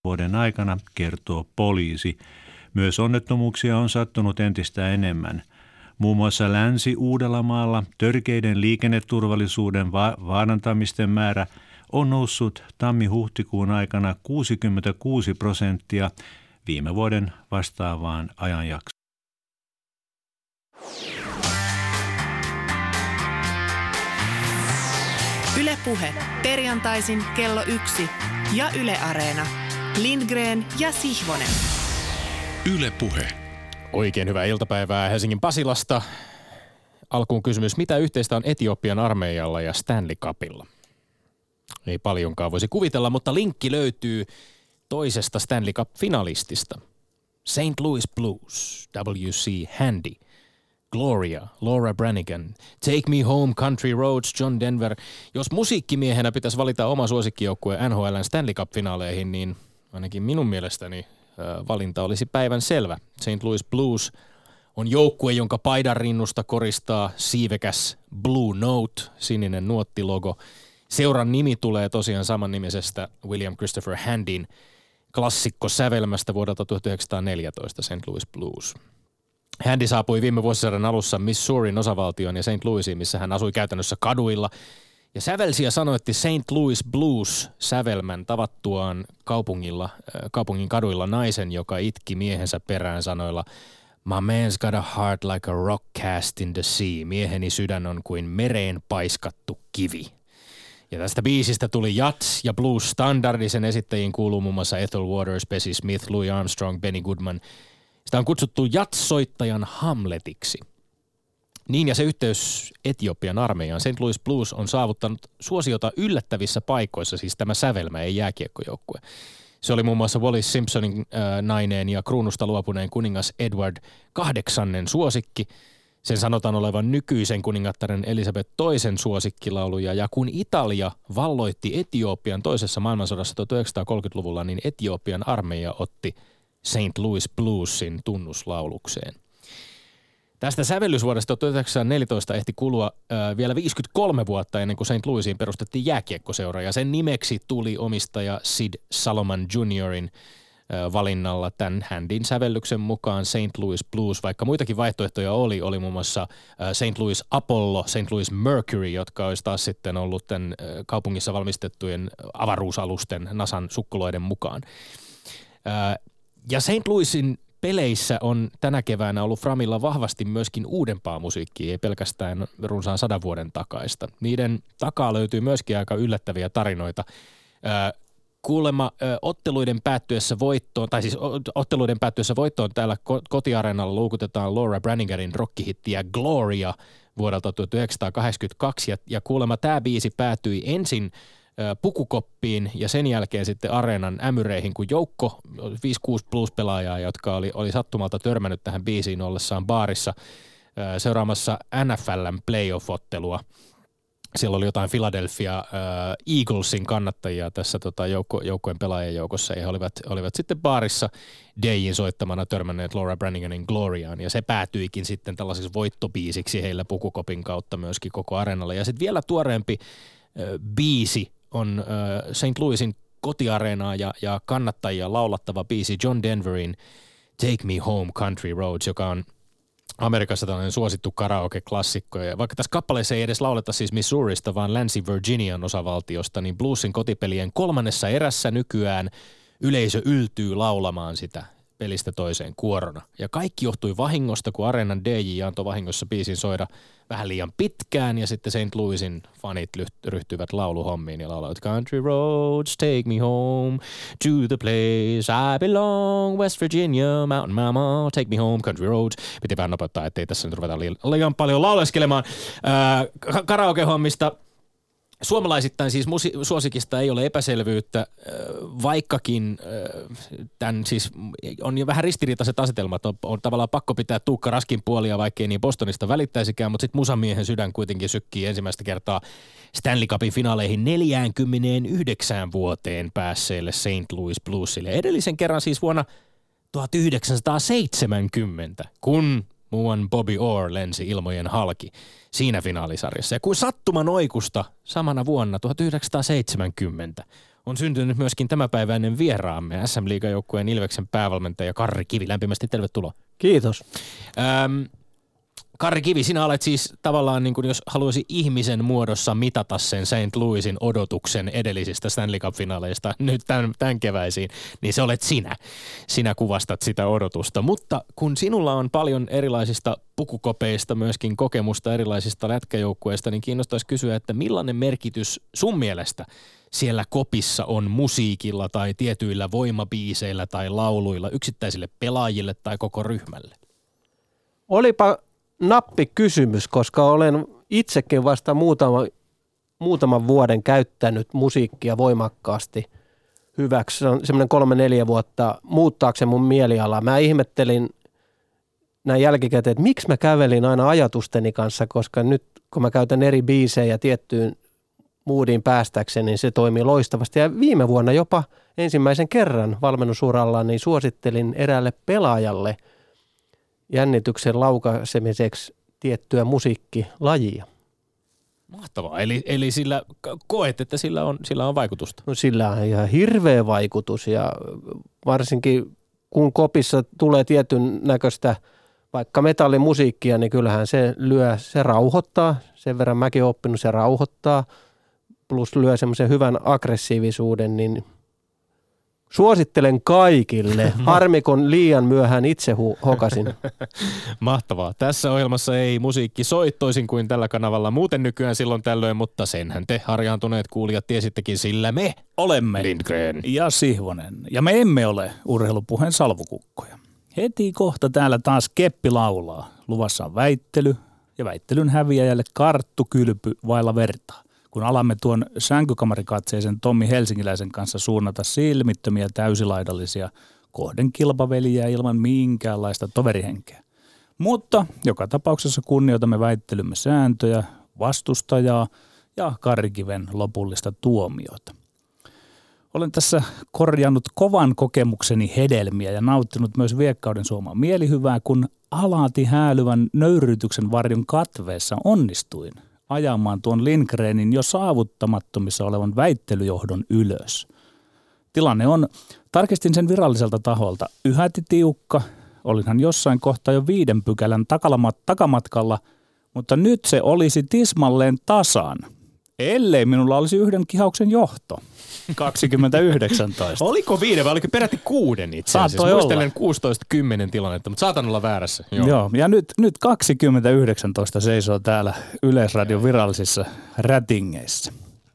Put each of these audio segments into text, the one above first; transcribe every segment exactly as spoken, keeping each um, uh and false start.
vuoden aikana, kertoo poliisi. Myös onnettomuuksia on sattunut entistä enemmän. Muun muassa Länsi-Uudellamaalla törkeiden liikenneturvallisuuden va- vaarantamisten määrä on noussut tammi-huhtikuun aikana kuusikymmentäkuusi prosenttia viime vuoden vastaavaan ajanjaksoon. Yle Puhe. Perjantaisin kello yksi ja Yle Areena. Lindgren ja Sihvonen. Yle Puhe. Oikein hyvää iltapäivää Helsingin Pasilasta. Alkuun kysymys, mitä yhteistä on Etiopian armeijalla ja Stanley Cupilla? Ei paljonkaan voisi kuvitella, mutta linkki löytyy toisesta Stanley Cup-finalistista. Saint Louis Blues, W C Handy, Gloria, Laura Branigan, Take Me Home, Country Roads, John Denver. Jos musiikkimiehenä pitäisi valita oma suosikkijoukkue N H L:n Stanley Cup-finaaleihin, niin ainakin minun mielestäni valinta olisi päivän selvä. Saint Louis Blues on joukkue, jonka paidan rinnusta koristaa siivekäs Blue Note, sininen nuottilogo. Seuran nimi tulee tosiaan samannimisestä William Christopher Handyn klassikkosävelmästä vuodelta tuhatyhdeksänsataaneljätoista, Saint Louis Blues. Handy saapui viime vuosisadan alussa Missourin osavaltioon ja Saint Louisiin, missä hän asui käytännössä kaduilla. Ja sävelsi ja sanoitti Saint Louis Blues-sävelmän tavattuaan kaupungilla, äh, kaupungin kaduilla naisen, joka itki miehensä perään sanoilla My man's got a heart like a rock cast in the sea. Mieheni sydän on kuin mereen paiskattu kivi. Ja tästä biisistä tuli jazz ja blues standardi. Sen esittäjiin kuuluu muun muassa Ethel Waters, Bessie Smith, Louis Armstrong, Benny Goodman. Sitä on kutsuttu jazz-soittajan Hamletiksi. Niin ja se yhteys Etiopian armeijaan. Saint Louis Blues on saavuttanut suosiota yllättävissä paikoissa, siis tämä sävelmä, ei jääkiekkojoukkue. Se oli muun muassa Wallis Simpsonin äh, naineen ja kruunusta luopuneen kuningas Edward kahdeksannen suosikki. Sen sanotaan olevan nykyisen kuningattaren Elisabeth toisen suosikkilauluja. Ja kun Italia valloitti Etiopian toisessa maailmansodassa tuhatyhdeksänsataakolmekymmentäluvulla, niin Etiopian armeija otti Saint Louis Bluesin tunnuslaulukseen. Tästä sävellysvuodesta tuhatyhdeksänsataaneljätoista ehti kulua äh, vielä viisikymmentäkolme vuotta ennen kuin Saint Louisiin perustettiin jääkiekkoseura, ja sen nimeksi tuli omistaja Sid Salomon juniorin äh, valinnalla tämän Handyn sävellyksen mukaan Saint Louis Blues, vaikka muitakin vaihtoehtoja oli, oli muun muassa äh, Saint Louis Apollo, Saint Louis Mercury, jotka olisi taas sitten ollut tämän äh, kaupungissa valmistettujen avaruusalusten NASAn sukkuloiden mukaan. Äh, ja Saint Louisin peleissä on tänä keväänä ollut Framilla vahvasti myöskin uudempaa musiikkia, ei pelkästään runsaan sadan vuoden takaista. Niiden takaa löytyy myöskin aika yllättäviä tarinoita. Ö, kuulemma ö, otteluiden päättyessä voittoon, tai siis otteluiden päättyessä voittoon täällä kotiareenalla luukutetaan Laura Braniganin rockihittiä Gloria vuodelta tuhatyhdeksänsataakahdeksankymmentäkaksi, ja, ja kuulemma tämä biisi päätyi ensin pukukoppiin ja sen jälkeen sitten areenan ämyreihin, kun joukko, viisi kuusi blues-pelaajaa, jotka oli, oli sattumalta törmännyt tähän biisiin ollessaan baarissa seuraamassa N F L:n playoff-ottelua. Siellä oli jotain Philadelphia äh, Eaglesin kannattajia tässä tota, joukko, joukkojen pelaajien joukossa, ja he olivat, olivat sitten baarissa Dayin soittamana törmänneet Laura Braniganin Gloriaan, ja se päätyikin sitten tällaisiksi voittobiisiksi heillä pukukopin kautta myöskin koko areenalle. Ja sitten vielä tuoreempi äh, biisi on äh, Saint Louisin kotiareenaa ja, ja kannattajia laulattava biisi John Denverin Take Me Home, Country Roads, joka on Amerikassa tällainen suosittu karaoke-klassikko. Ja vaikka tässä kappaleessa ei edes lauleta siis Missourista, vaan Länsi-Virginian osavaltiosta, niin bluesin kotipelien kolmannessa erässä nykyään yleisö yltyy laulamaan sitä pelistä toiseen kuorona. Ja kaikki johtui vahingosta, kun areenan D J antoi vahingossa biisin soida vähän liian pitkään, ja sitten Saint Louisin fanit ryhtyivät lauluhommiin ja laulavat Country Roads, take me home to the place I belong, West Virginia, Mountain Mama, take me home, Country Roads. Piti vähän nopeuttaa, ettei tässä nyt ruveta liian paljon lauleskelemaan äh, karaoke-hommista. Suomalaisittain siis musi- suosikista ei ole epäselvyyttä, vaikkakin tämän siis on jo vähän ristiriitaiset asetelmat. On, on tavallaan pakko pitää Tuukka Raskin puolia, vaikkei niin Bostonista välittäisikään, mutta sitten musamiehen sydän kuitenkin sykkii ensimmäistä kertaa Stanley Cupin finaaleihin neljäänkymmeneenyhdeksään vuoteen päässeelle Saint Louis Bluesille. Edellisen kerran siis vuonna tuhatyhdeksänsataaseitsemänkymmentä, kun muuan Bobby Orr lensi ilmojen halki siinä finaalisarjassa. Ja kuin sattuman oikusta samana vuonna tuhatyhdeksänsataaseitsemänkymmentä on syntynyt myöskin tämänpäiväinen vieraamme, S M-liigajoukkueen Ilveksen päävalmentaja Karri Kivi. Lämpimästi tervetuloa. Kiitos. Ähm, Karri Kivi, sinä olet siis tavallaan, niin kuin jos haluaisi ihmisen muodossa mitata sen Saint Louisin odotuksen edellisistä Stanley Cup-finaaleista nyt tämän, tämän keväisiin, niin se olet sinä. Sinä kuvastat sitä odotusta. Mutta kun sinulla on paljon erilaisista pukukopeista, myöskin kokemusta erilaisista lätkäjoukkueista, niin kiinnostaisi kysyä, että millainen merkitys sun mielestä siellä kopissa on musiikilla tai tietyillä voimabiiseillä tai lauluilla yksittäisille pelaajille tai koko ryhmälle? Olipa nappikysymys, koska olen itsekin vasta muutama, muutaman vuoden käyttänyt musiikkia voimakkaasti hyväksi. Se on semmoinen kolme neljä vuotta muuttaakseen mun mielialaa. Mä ihmettelin näin jälkikäteen, että miksi mä kävelin aina ajatusteni kanssa, koska nyt kun mä käytän eri biisejä tiettyyn moodiin päästäkseni, niin se toimii loistavasti. Ja viime vuonna jopa ensimmäisen kerran valmennusuralla niin suosittelin eräälle pelaajalle jännityksen laukaisemiseksi tiettyä musiikkilajia. Mahtavaa. Eli, eli sillä koet, että sillä on, sillä on vaikutusta? No sillä on ihan hirveä vaikutus ja varsinkin kun kopissa tulee tietyn näköistä vaikka metallimusiikkia, niin kyllähän se lyö, se rauhoittaa. Sen verran mäkin olen oppinut, se rauhoittaa. Plus lyö semmoisen hyvän aggressiivisuuden, niin suosittelen kaikille. Harmi, kun liian myöhään itse hu- hokasin. Mahtavaa. Tässä ohjelmassa ei musiikki soi toisin kuin tällä kanavalla muuten nykyään silloin tällöin, mutta senhän te harjaantuneet kuulijat tiesittekin, sillä me olemme Lindgren ja Sihvonen. Ja me emme ole urheilupuheen salvukukkoja. Heti kohta täällä taas keppi laulaa. Luvassa on väittely ja väittelyn häviäjälle karttu kylpy vailla vertaa. Kun alamme tuon sänkykamarikatseisen Tommi Helsingiläisen kanssa suunnata silmittömiä täysilaidallisia kohden kilpaveliä ilman minkäänlaista toverihenkeä. Mutta joka tapauksessa kunnioitamme väittelymme sääntöjä, vastustajaa ja Karri Kiven lopullista tuomiota. Olen tässä korjannut kovan kokemukseni hedelmiä ja nauttinut myös Viekkauden suomaa mielihyvää, kun alati häälyvän nöyrytyksen varjon katveessa onnistuin ajamaan tuon Lindgrenin jo saavuttamattomissa olevan väittelyjohdon ylös. Tilanne on, tarkistin sen viralliselta taholta, yhäti tiukka, olinhan jossain kohtaa jo viiden pykälän takamatkalla, mutta nyt se olisi tismalleen tasan, ellei minulla olisi yhden kihauksen johto. kaksituhattayhdeksäntoista. Oliko viiden vai oliko peräti kuuden itse asiassa? Saattoi Muistelen kuusitoista kymmenen tilannetta, mutta saatan olla väärässä. Joo, Joo ja nyt, nyt kaksituhattayhdeksäntoista seisoo täällä Yleisradion virallisissa rätingeissä.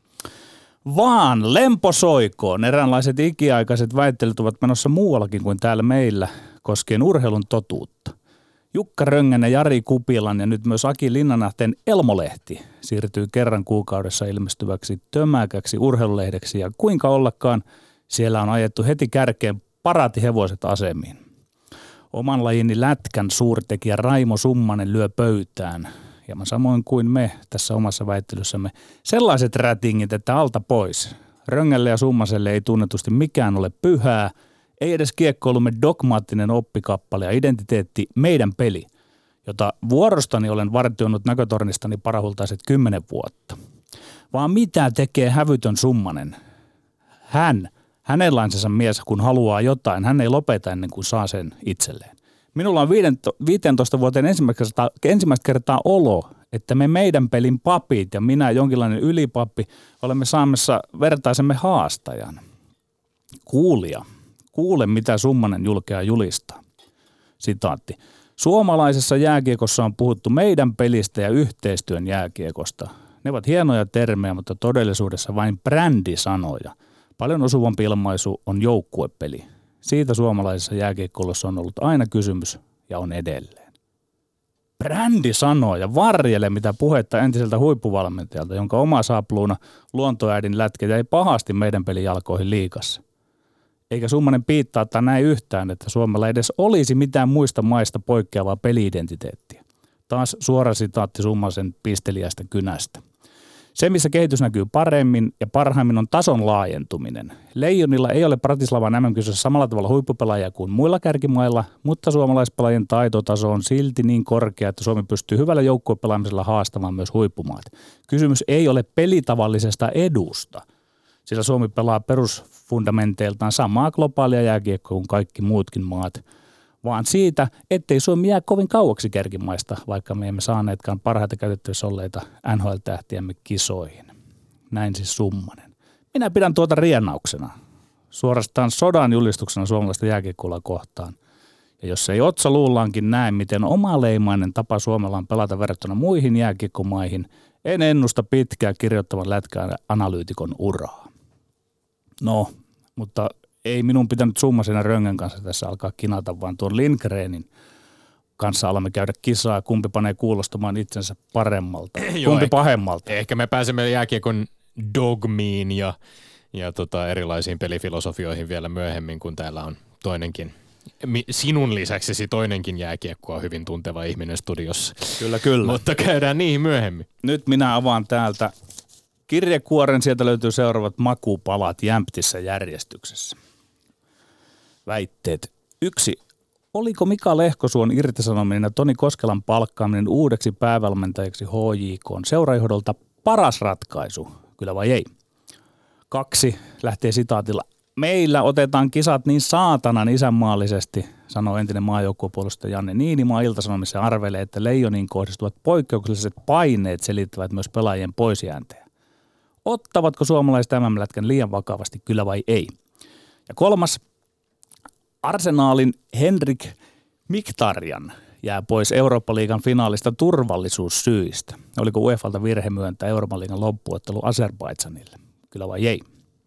Vaan lempo soikoon. Eräänlaiset ikiaikaiset väittelyt ovat menossa muuallakin kuin täällä meillä koskien urheilun totuutta. Jukka Röngän ja Jari Kupilan ja nyt myös Aki Linnanahteen Elmolehti siirtyy kerran kuukaudessa ilmestyväksi tömäkäksi urheilulehdeksi ja kuinka ollakaan siellä on ajettu heti kärkeen paraatihevoset asemiin. Oman lajini lätkän suurtekijä Raimo Summanen lyö pöytään, hieman samoin kuin me tässä omassa väittelyssämme, sellaiset rätingit, että alta pois. Röngälle ja Summaselle ei tunnetusti mikään ole pyhää, ei edes kiekkoilumme dogmaattinen oppikappale ja identiteetti meidän peli, jota vuorostani olen vartioinut näkötornistani parahultaiset kymmenen vuotta. Vaan mitä tekee hävytön Summanen? Hän, hänenlaisensa mies, kun haluaa jotain, hän ei lopeta ennen kuin saa sen itselleen. Minulla on viisitoista vuoteen ensimmäistä, ensimmäistä kertaa olo, että me meidän pelin papit ja minä jonkinlainen ylipappi olemme saamassa vertaisemme haastajan. Kuulija. Kuule, mitä Summanen julkeaa julistaa. Sitaatti. Suomalaisessa jääkiekossa on puhuttu meidän pelistä ja yhteistyön jääkiekosta. Ne ovat hienoja termejä, mutta todellisuudessa vain brändisanoja. Paljon osuvampi ilmaisu on joukkuepeli. Siitä suomalaisessa jääkiekkoilussa on ollut aina kysymys ja on edelleen. Brändisanoja, varjele mitä puhetta entiseltä huippuvalmentajalta, jonka oma sapluuna luontoäidin lätkä jäi pahasti meidän pelin jalkoihin liigassa. Eikä Summanen piittaa tai näin yhtään, että Suomella edes olisi mitään muista maista poikkeavaa peli-identiteettiä. Taas suora sitaatti Summasen pisteliästä kynästä. Se, missä kehitys näkyy paremmin ja parhaimmin on tason laajentuminen. Leijonilla ei ole Bratislavan M M-kisossa samalla tavalla huippupelaajia kuin muilla kärkimailla, mutta suomalaispelaajien taitotaso on silti niin korkea, että Suomi pystyy hyvällä joukkuepelaamisella haastamaan myös huippumaat. Kysymys ei ole pelitavallisesta edusta. sillä Suomi pelaa perusfundamenteiltaan samaa globaalia jääkiekkoa kuin kaikki muutkin maat, vaan siitä, ettei Suomi jää kovin kauaksi kärkimaista, vaikka me emme saaneetkaan parhaita käytettävissä olleita N H L-tähtiämme kisoihin. Näin siis Summanen. Minä pidän tuota rienauksena, suorastaan sodan julistuksena suomalaista jääkiekkoa kohtaan. Ja jos ei otsa luullaankin näe, miten omaleimainen tapa Suomella on pelata verrattuna muihin jääkiekkomaihin, en ennusta pitkää kirjoittavan lätkään analyytikon uraa. No, mutta ei minun pitänyt Summasena Röngän kanssa tässä alkaa kinata, vaan tuon Lindgrenin kanssa alamme käydä kisaa, kumpi panee kuulostamaan itsensä paremmalta, Joo, kumpi ehkä, pahemalta. Ehkä me pääsemme jääkiekon dogmiin ja, ja tota erilaisiin pelifilosofioihin vielä myöhemmin, kun täällä on toinenkin, sinun lisäksesi toinenkin jääkiekkoa hyvin tunteva ihminen studiossa. Kyllä, kyllä. Mutta käydään niihin myöhemmin. Nyt minä avaan täältä kirjekuoren, sieltä löytyy seuraavat makupalat jämptissä järjestyksessä. Väitteet. Yksi. Oliko Mika Lehkosuon irtisanominen ja Toni Koskelan palkkaaminen uudeksi päävalmentajaksi H J K:n seurajohdolta paras ratkaisu? Kyllä vai ei? Kaksi. Lähtee sitaatilla. Meillä otetaan kisat niin saatanan isänmaallisesti, sanoo entinen maajoukkuepuolustaja Janne Niinimaa Ilta-Sanomissa ja arvelee, että Leijoniin kohdistuvat poikkeukselliset paineet selittävät myös pelaajien poisjääntejä. Ottavatko suomalaiset M M-lätkän liian vakavasti, kyllä vai ei? Ja kolmas. Arsenaalin Henrik Mkhitaryan jää pois Eurooppa-liigan finaalista turvallisuussyistä. Oliko UEFalta virhe myöntää Euroopan liigan loppuottelu Azerbaidžanille? Kyllä vai ei?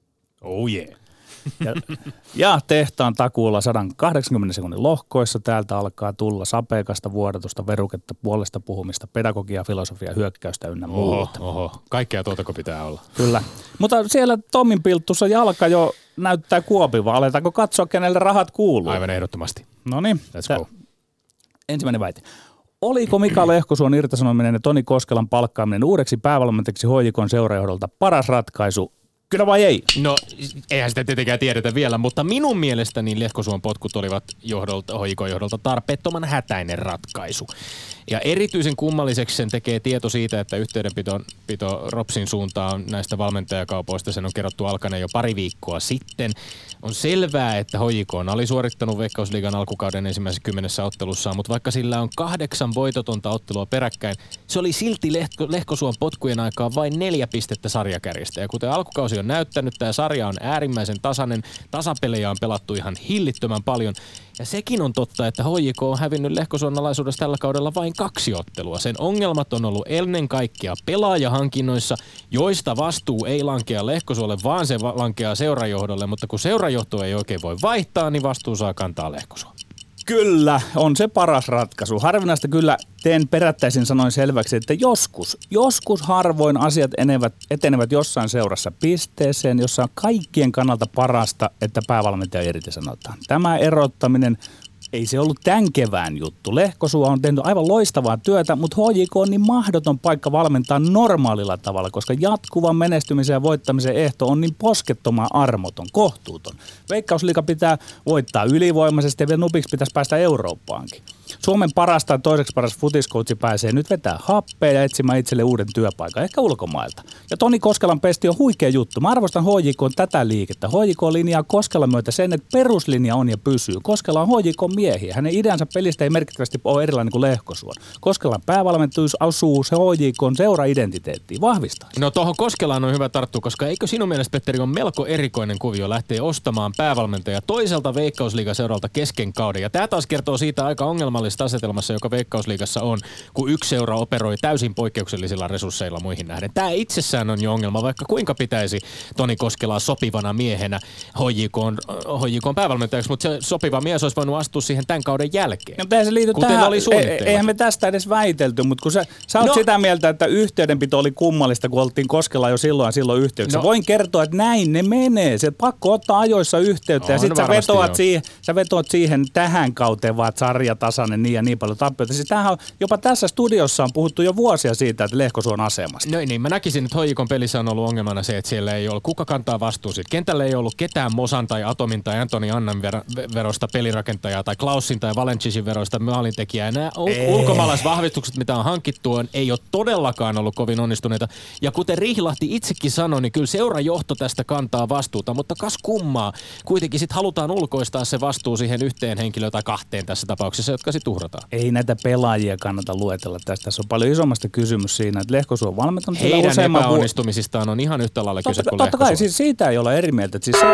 Oh yeah. Ja, ja tehtaan takuulla sata kahdeksankymmentä sekunnin lohkoissa. Täältä alkaa tulla sapeekasta vuodatusta, veruketta, puolesta puhumista, pedagogia, filosofia, hyökkäystä ynnä muuta. Oho, oho. Kaikkea tuotako pitää olla. Kyllä. Mutta siellä Tomin pilttussa jalka jo näyttää kuopivaa. Aletaanko katsoa, kenelle rahat kuuluu? Aivan ehdottomasti. No niin. Let's go. Ensimmäinen väite. Oliko Mika Lehkosuon irtisanominen ja Toni Koskelan palkkaaminen uudeksi päävalmentajaksi H J K:n seurajohdolta paras ratkaisu? Kyllä vai ei? No, eihän sitä tietenkään tiedetä vielä, mutta minun mielestäni Lehkosuon potkut olivat johdolta, H J K:n johdolta tarpeettoman hätäinen ratkaisu. Ja erityisen kummalliseksi sen tekee tieto siitä, että yhteydenpito pito Ropsin suuntaan näistä valmentajakaupoista sen on kerrottu alkaneen jo pari viikkoa sitten. On selvää, että H J K on alisuorittanut Veikkausliigan alkukauden ensimmäisessä kymmenessä ottelussaan, mutta vaikka sillä on kahdeksan voitotonta ottelua peräkkäin, se oli silti Lehko, Lehkosuon potkujen aikaan vain neljä pistettä sarjakärjestä. Ja kuten alkukausi on näyttänyt, tämä sarja on äärimmäisen tasainen, tasapelejä on pelattu ihan hillittömän paljon. Ja sekin on totta, että H J K on hävinnyt Lehkosuon alaisuudessa tällä kaudella vain kaksi ottelua. Sen ongelmat on ollut ennen kaikkea pelaajahankinnoissa, joista vastuu ei lankea Lehkosuolle, vaan se lankeaa seurajohdolle. Mutta kun seurajohto ei oikein voi vaihtaa, niin vastuu saa kantaa Lehkosuo. Kyllä, on se paras ratkaisu. Harvinaista kyllä teen perättäisin sanoin selväksi, että joskus, joskus harvoin asiat enevät, etenevät jossain seurassa pisteeseen, jossa on kaikkien kannalta parasta, että päävalmentaja irtisanotaan. Tämä erottaminen ei se ollut tämän kevään juttu. Lehkosuo on tehnyt aivan loistavaa työtä, mutta H J K on niin mahdoton paikka valmentaa normaalilla tavalla, koska jatkuvan menestymisen ja voittamisen ehto on niin poskettoman armoton, kohtuuton. Veikkausliiga pitää voittaa ylivoimaisesti ja vielä nupiksi pitäisi päästä Eurooppaankin. Suomen parasta toiseksi paras futiskoutsi pääsee nyt vetää happea ja etsimään itselle uuden työpaikan, ehkä ulkomailta. Ja Toni Koskelan pesti on huikea juttu. Mä arvostan H J K:n tätä liikettä. H J K linjaa Koskelan myötä sen, että peruslinja on ja pysyy. Koskela on H J K:n miehiä. Hänen ideansa pelistä ei merkittävästi ole erilainen kuin Lehkosuon. Koskelan päävalmentajuus asuu se H J K:n seura-identiteettiin. Vahvistaa. No tuohon Koskelaan on hyvä tarttua, koska eikö sinun mielestä, Petteri, on melko erikoinen kuvio lähteä ostamaan päävalmentaja toiselta Veikkausliigaseuralta kesken kauden. Ja tämä taas kertoo siitä aika ongelmallisesta asetelmassa, joka Veikkausliigassa on, kun yksi seura operoi täysin poikkeuksellisilla resursseilla muihin nähden. Tämä itsessään on jo ongelma, vaikka kuinka pitäisi Toni Koskelaa sopivana miehenä H J K:n, H J K:n päävalmentajaksi, mutta se sopiva mies olisi voinut astua siihen tämän kauden jälkeen. No, se liity kuten tähän, oli suunnitteilla. Eihän me tästä edes väitelty, mutta kun sä, sä oot no, sitä mieltä, että yhteydenpito oli kummallista, kun oltiin Koskela jo silloin ja silloin yhteyksissä. No, voin kertoa, että näin ne menee. Se pakko ottaa ajoissa yhteyttä on ja sitten sä vetoat siihen, sä vetoat siihen tähän kauteen, vaan sarja tasainen tilanne niin ja niin paljon tappioita. Siis tämähän on, jopa tässä studiossa on puhuttu jo vuosia siitä, että Lehkosuon asemasta. No niin, mä näkisin, että H J K:n pelissä on ollut ongelmana se, että siellä ei ollut, kuka kantaa vastuun siitä. Kentällä ei ollut ketään Mosan tai Atomin tai Antoni Annan verosta pelirakentajaa tai Klaussin tai Valencisin verosta maalintekijää. Nämä ulkomaalaisvahvistukset, mitä on hankittu, on, ei ole todellakaan ollut kovin onnistuneita. Ja kuten Rihlahti itsekin sanoi, niin kyllä seurajohto tästä kantaa vastuuta, mutta kas kummaa. Kuitenkin sitten halutaan ulkoistaa se vastuu siihen yhteen henkilöön tai kahteen tässä tapauksessa, jotka sitten uhrataan. Ei näitä pelaajia kannata luetella tästä. Tässä on paljon isommasta kysymys siinä, että Lehkosuo on valmentanut. Heidän epäonnistumisistaan on ihan yhtä lailla kyse kuin Lehkosuo. Totta kai, siis siitä ei olla eri mieltä. Siis se...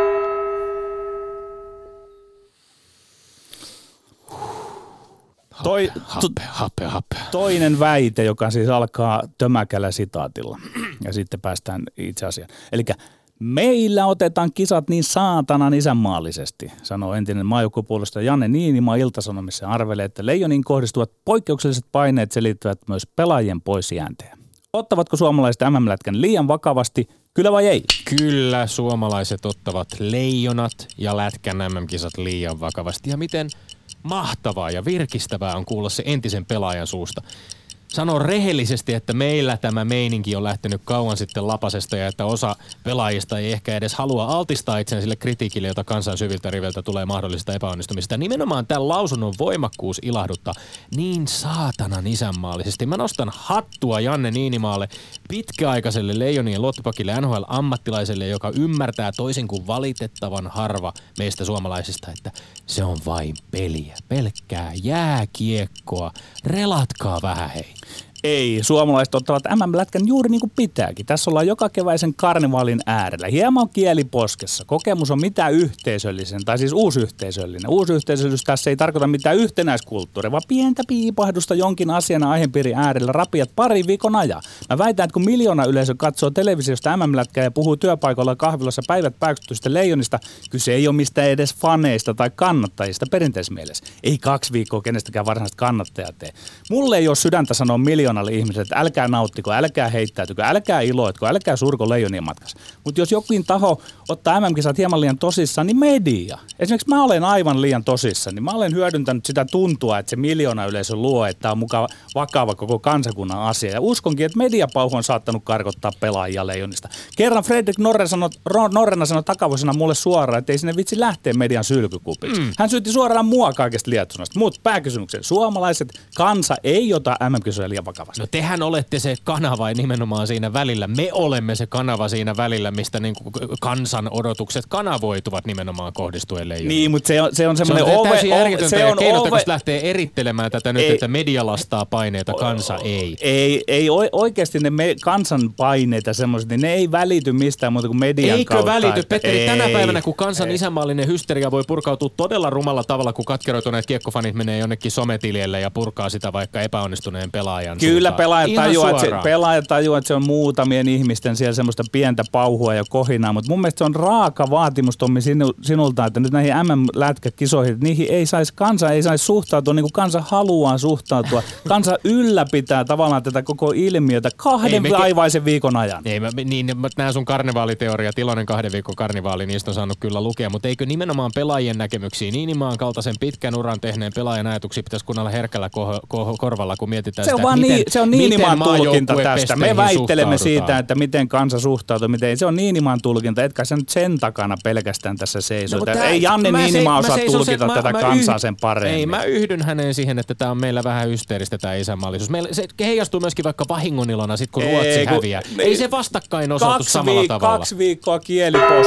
Toi, happe, happe, happe. Toinen väite, joka siis alkaa tömäkällä sitaatilla ja sitten päästään itse asiaan. Elikkä meillä otetaan kisat niin saatanan isänmaallisesti, sanoo entinen maajoukkuepuolustaja Janne Niinimaa Ilta-Sanomissa, arvelee, että Leijoniin kohdistuvat poikkeukselliset paineet selittävät myös pelaajien poisjäänteen. Ottavatko suomalaiset M M-lätkän liian vakavasti, kyllä vai ei? Kyllä suomalaiset ottavat Leijonat ja lätkän M M-kisat liian vakavasti. Ja miten mahtavaa ja virkistävää on kuulla se entisen pelaajan suusta. Sanon rehellisesti, että meillä tämä meininki on lähtenyt kauan sitten lapasesta ja että osa pelaajista ei ehkä edes halua altistaa itseään sille kritiikille, jota kansan syviltä riviltä tulee mahdollisesta epäonnistumista. Nimenomaan tämän lausunnon voimakkuus ilahduttaa niin saatanan isänmaallisesti. Mä nostan hattua Janne Niinimaalle, pitkäaikaiselle Leijonien lottupakille N H L-ammattilaiselle, joka ymmärtää toisin kuin valitettavan harva meistä suomalaisista, että se on vain peliä, pelkkää jääkiekkoa. Relatkaa vähän hei. Ei, suomalaiset ottavat M M-lätkän juuri niin kuin pitääkin. Tässä ollaan joka keväisen karnevaalin äärellä. Hieman kieli poskessa. Kokemus on mitä yhteisöllisen, tai siis uusyhteisöllinen. Uusyhteisöllisyys tässä ei tarkoita mitään yhtenäiskulttuuria, vaan pientä piipahdusta jonkin asian aihepiirin äärellä rapiat pari viikon ajan. Mä väitän, että kun miljoona yleisö katsoo televisiosta M M-lätkää ja puhuu työpaikoilla kahvilassa päivät pääksytystä Leijonista, kyse ei ole mistään edes faneista tai kannattajista perinteisessä mielessä. Ei kaksi viikkoa kenestäkään varsinaista kannattajaa tee. Mulle ei ole sydäntä sanoa miljoona ihmiset, että älkää nauttiko, älkää heittäytykö, älkää iloitko, älkää surko Leijonien matkassa. Mutta jos jokin taho ottaa M M-kisat hieman liian tosissaan, niin media. Esimerkiksi mä olen aivan liian tosissaan, niin mä olen hyödyntänyt sitä tuntua, että se miljoona yleisö luo, että tämä on mukaan vakava koko kansakunnan asia. Ja uskonkin, että mediapauhu on saattanut karkottaa pelaajia Leijonista. Kerran Fredrik Norre sanoi, Norrena sanoi takavuosina mulle suoraan, että ei sinne vitsi lähteä median sylkykupiksi. Mm. Hän syytti suoraan mua kaikesta lietsonasta. Mutta pääkysymyksen, suomalaiset kansa ei ota M M-kisoja liian vakavasti. No tehän olette se kanava nimenomaan siinä välillä. Me olemme se kanava siinä välillä, mistä niin kuin kansan odotukset kanavoituvat nimenomaan kohdistuen Leijoniin. Niin, mutta se on, se on semmoinen ove... Se on täysin järjetöntä ja keinotekoista lähtee erittelemään tätä nyt, ei, että media lastaa paineita, kansa ei. Ei, ei oikeasti ne me, kansan paineita semmoiset, niin ne ei välity mistään muuta kuin median Eikö kautta. välity, että, Petteri, ei, tänä päivänä, kun kansan ei. Isänmaallinen hysteria voi purkautua todella rumalla tavalla, kun katkeroituneet kiekkofanit menee jonnekin sometilille ja purkaa sitä vaikka epäonnistuneen pelaajan Kyllä suuntaan. pelaajat tajuaa, että se, pelaajat tajuaa, että se on muutamien ihmisten siellä semmoista pientä pauhua ja kohinaa, mutta mun mielestä se on raaka vaatimus, Tommi, sinu, sinulta, että nyt näihin M M-lätkäkisoihin, että niihin ei saisi, kansa ei saisi suhtautua niin kuin kansa haluaa suhtautua. Kansa ylläpitää tavallaan tätä koko ilmiötä kahden vaivaisen viikon ajan. Ei, mä, niin, nämä sun karnevaaliteoriat, iloinen kahden viikon karnevaali, niistä on saanut kyllä lukea, mutta eikö nimenomaan pelaajien näkemyksiä, Niinimaan kaltaisen pitkän uran tehneen pelaajan ajatuksia pitäisi kuunnella herkällä ko- ko- korvalla, kun mietitään se sitä, on miten, niin, se on Niinimaan tulkinta tästä. Me väittelemme suhtaudutaan. siitä, että miten kansa suhtautuu, miten se on Niinimaan tulkinta, etkä sä nyt sen takana pelkästään tässä seiso. No, ei Janne Niinimaa osaa tulkita sen, tätä mä, kansaa mä sen paremmin. Ei, mä yhdyn häneen siihen, että tämä on meillä vähän hysteeristä tämä isänmaallisuus. Meillä, se heijastuu myöskin vaikka vahingonilona sit, kun ei, Ruotsi kun, häviää. Ei, ei se vastakkain osoitu samalla viik- tavalla. Kaksi viikkoa kielipos.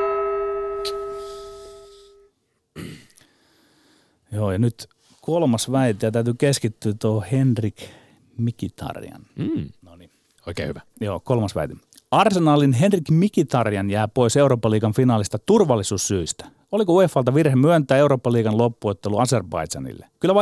Joo, ja nyt kolmas väite, ja täytyy keskittyä tuohon Henrik Mkhitaryan. Mm. No niin, oikein hyvä. Joo, kolmas väite. Arsenalin Henrik Mkhitaryan jää pois Eurooppa-liigan finaalista turvallisuussyistä. Oliko UEFalta virhe myöntää Eurooppa-liigan loppuottelu Azerbaidžanille? Kyllä vai ei?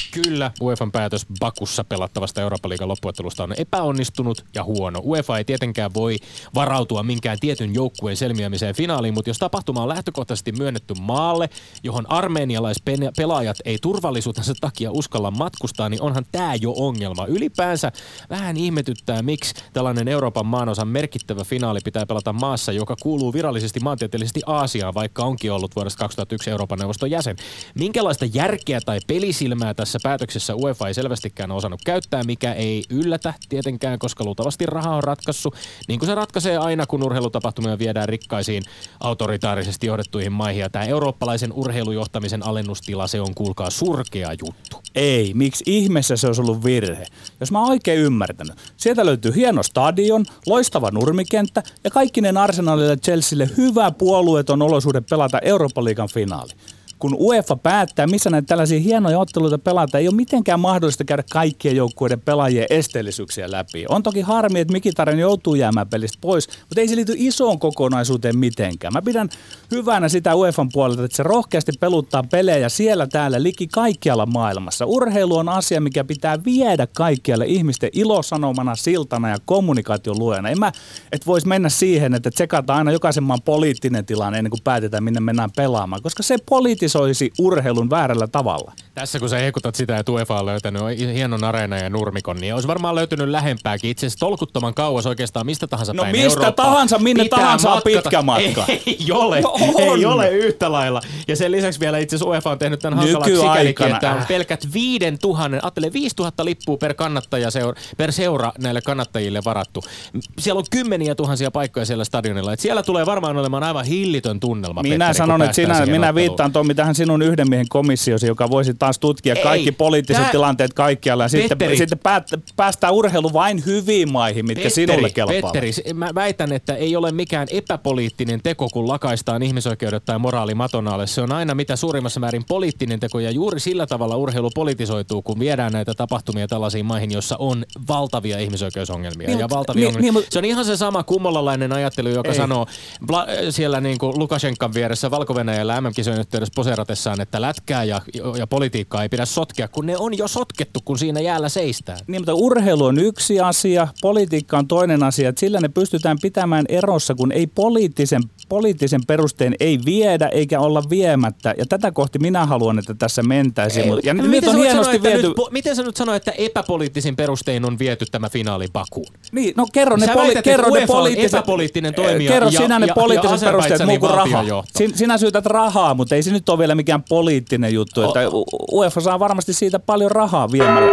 Kyllä, UEFan päätös Bakussa pelattavasta Eurooppa-liigan loppuottelusta on epäonnistunut ja huono. UEFA ei tietenkään voi varautua minkään tietyn joukkueen selviämiseen finaaliin, mutta jos tapahtuma on lähtökohtaisesti myönnetty maalle, johon armeenialaispelaajat ei turvallisuutensa takia uskalla matkustaa, niin onhan tämä jo ongelma. Ylipäänsä vähän ihmetyttää, miksi tällainen Euroopan maanosan merkittävä finaali pitää pelata maassa, joka kuuluu virallisesti maantieteellisesti Aasiaan, vaikka onkin ollut vuodesta kaksituhattayksi Euroopan neuvoston jäsen. Minkälaista järkeä tai pelisilmää tässä päätöksessä UEFA ei selvästikään osannut käyttää, mikä ei yllätä tietenkään, koska luultavasti raha on ratkaissut, niin kuin se ratkaisee aina, kun urheilutapahtumia viedään rikkaisiin autoritaarisesti johdettuihin maihin. Ja tämä eurooppalaisen urheilujohtamisen alennustila, se on kuulkaa surkea juttu. Ei, miksi ihmeessä se olisi ollut virhe? Jos mä oon oikein ymmärtänyt, sieltä löytyy hieno stadion, loistava nurmikenttä ja kaikkinen Arsenalille ja Chelsealle hyvä puolueeton olosuhde pelata Eurooppa-liigan finaali. Kun UEFA päättää, missä näitä tällaisia hienoja otteluita pelata, ei ole mitenkään mahdollista käydä kaikkien joukkueiden pelaajien esteellisyyksiä läpi. On toki harmi, että Mkhitaryan joutuu jäämään pelistä pois, mutta ei se liity isoon kokonaisuuteen mitenkään. Mä pidän hyvänä sitä UEFan puolelta, että se rohkeasti peluttaa pelejä siellä täällä liki kaikkialla maailmassa. Urheilu on asia, mikä pitää viedä kaikkialle ihmisten ilosanomana, siltana ja kommunikaation luojana. En mä, et vois mennä siihen, että tsekataan aina jokaisen maan poliittinen tilanne ennen kuin päätetään, minne mennään pelaamaan, koska se poliittisesti soisi urheilun väärällä tavalla. Tässä kun sä hekutat sitä, että UEFA on löytänyt hienon areena ja nurmikon, niin olisi varmaan löytynyt lähempääkin. Itse asiassa tolkuttoman kauas oikeastaan mistä tahansa no päin mistä Eurooppaa. tahansa, minne Pitää tahansa matkata. on pitkä matka. Ei, ei ole, no ei ole yhtä lailla. Ja sen lisäksi vielä itse asiassa UEFA on tehnyt tämän hankalaksi sikälikin, että on pelkät viiden tuhannen, ajattele viisituhatta lippua per kannattaja, seura, per seura näille kannattajille varattu. Siellä on kymmeniä tuhansia paikkoja siellä stadionilla. Et siellä tulee varmaan olemaan aivan hillitön tunnelma. Minä Petteri, sanon, että sinä, minä viittaan Tommi tähän sinun yhden miehen komissiosi, joka voisi taas tutkia ei, kaikki poliittiset tää, tilanteet kaikkialla. Ja Petteri, sitten, sitten päät, päästään urheilu vain hyviin maihin, mitkä Petteri, sinulle kelpaavat. Petteri, mä väitän, että ei ole mikään epäpoliittinen teko, kun lakaistaan ihmisoikeudet tai moraali maton alle. Se on aina mitä suurimmassa määrin poliittinen teko, ja juuri sillä tavalla urheilu politisoituu, kun viedään näitä tapahtumia tällaisiin maihin, joissa on valtavia ihmisoikeusongelmia. Niin, ja valtavia niin, ongelmia. niin, se on ihan se sama kummolalainen ajattelu, joka ei. sanoo bla, siellä niin kuin Lukashenkan vieressä Valko-Venäjällä M M-kisojen yhteydessä poseeratessaan, että lätkää ja, ja politiikkaa ei pidä sotkea, kun ne on jo sotkettu, kun siinä jäällä seistään. Niin, mutta urheilu on yksi asia, politiikka on toinen asia, että sillä ne pystytään pitämään erossa, kun ei poliittisen, poliittisen perusteen ei viedä eikä olla viemättä. Ja tätä kohti minä haluan, että tässä mentäisiin. Ei, ja nyt on hienosti sanoa, viety... Nyt, miten sä nyt sanoit, että epäpoliittisin perustein on viety tämä finaali Bakuun? Niin, no kerro ne, poli- väität, kerro ne poliittiset... epäpoliittinen toimija kerro ja, sinä ne ja, poliittiset ja perusteet muu kuin raha. Sin, sinä syytät rahaa, mutta ei se nyt ole vielä mikään poliittinen juttu. Että UEFA saa varmasti siitä paljon rahaa viemällä.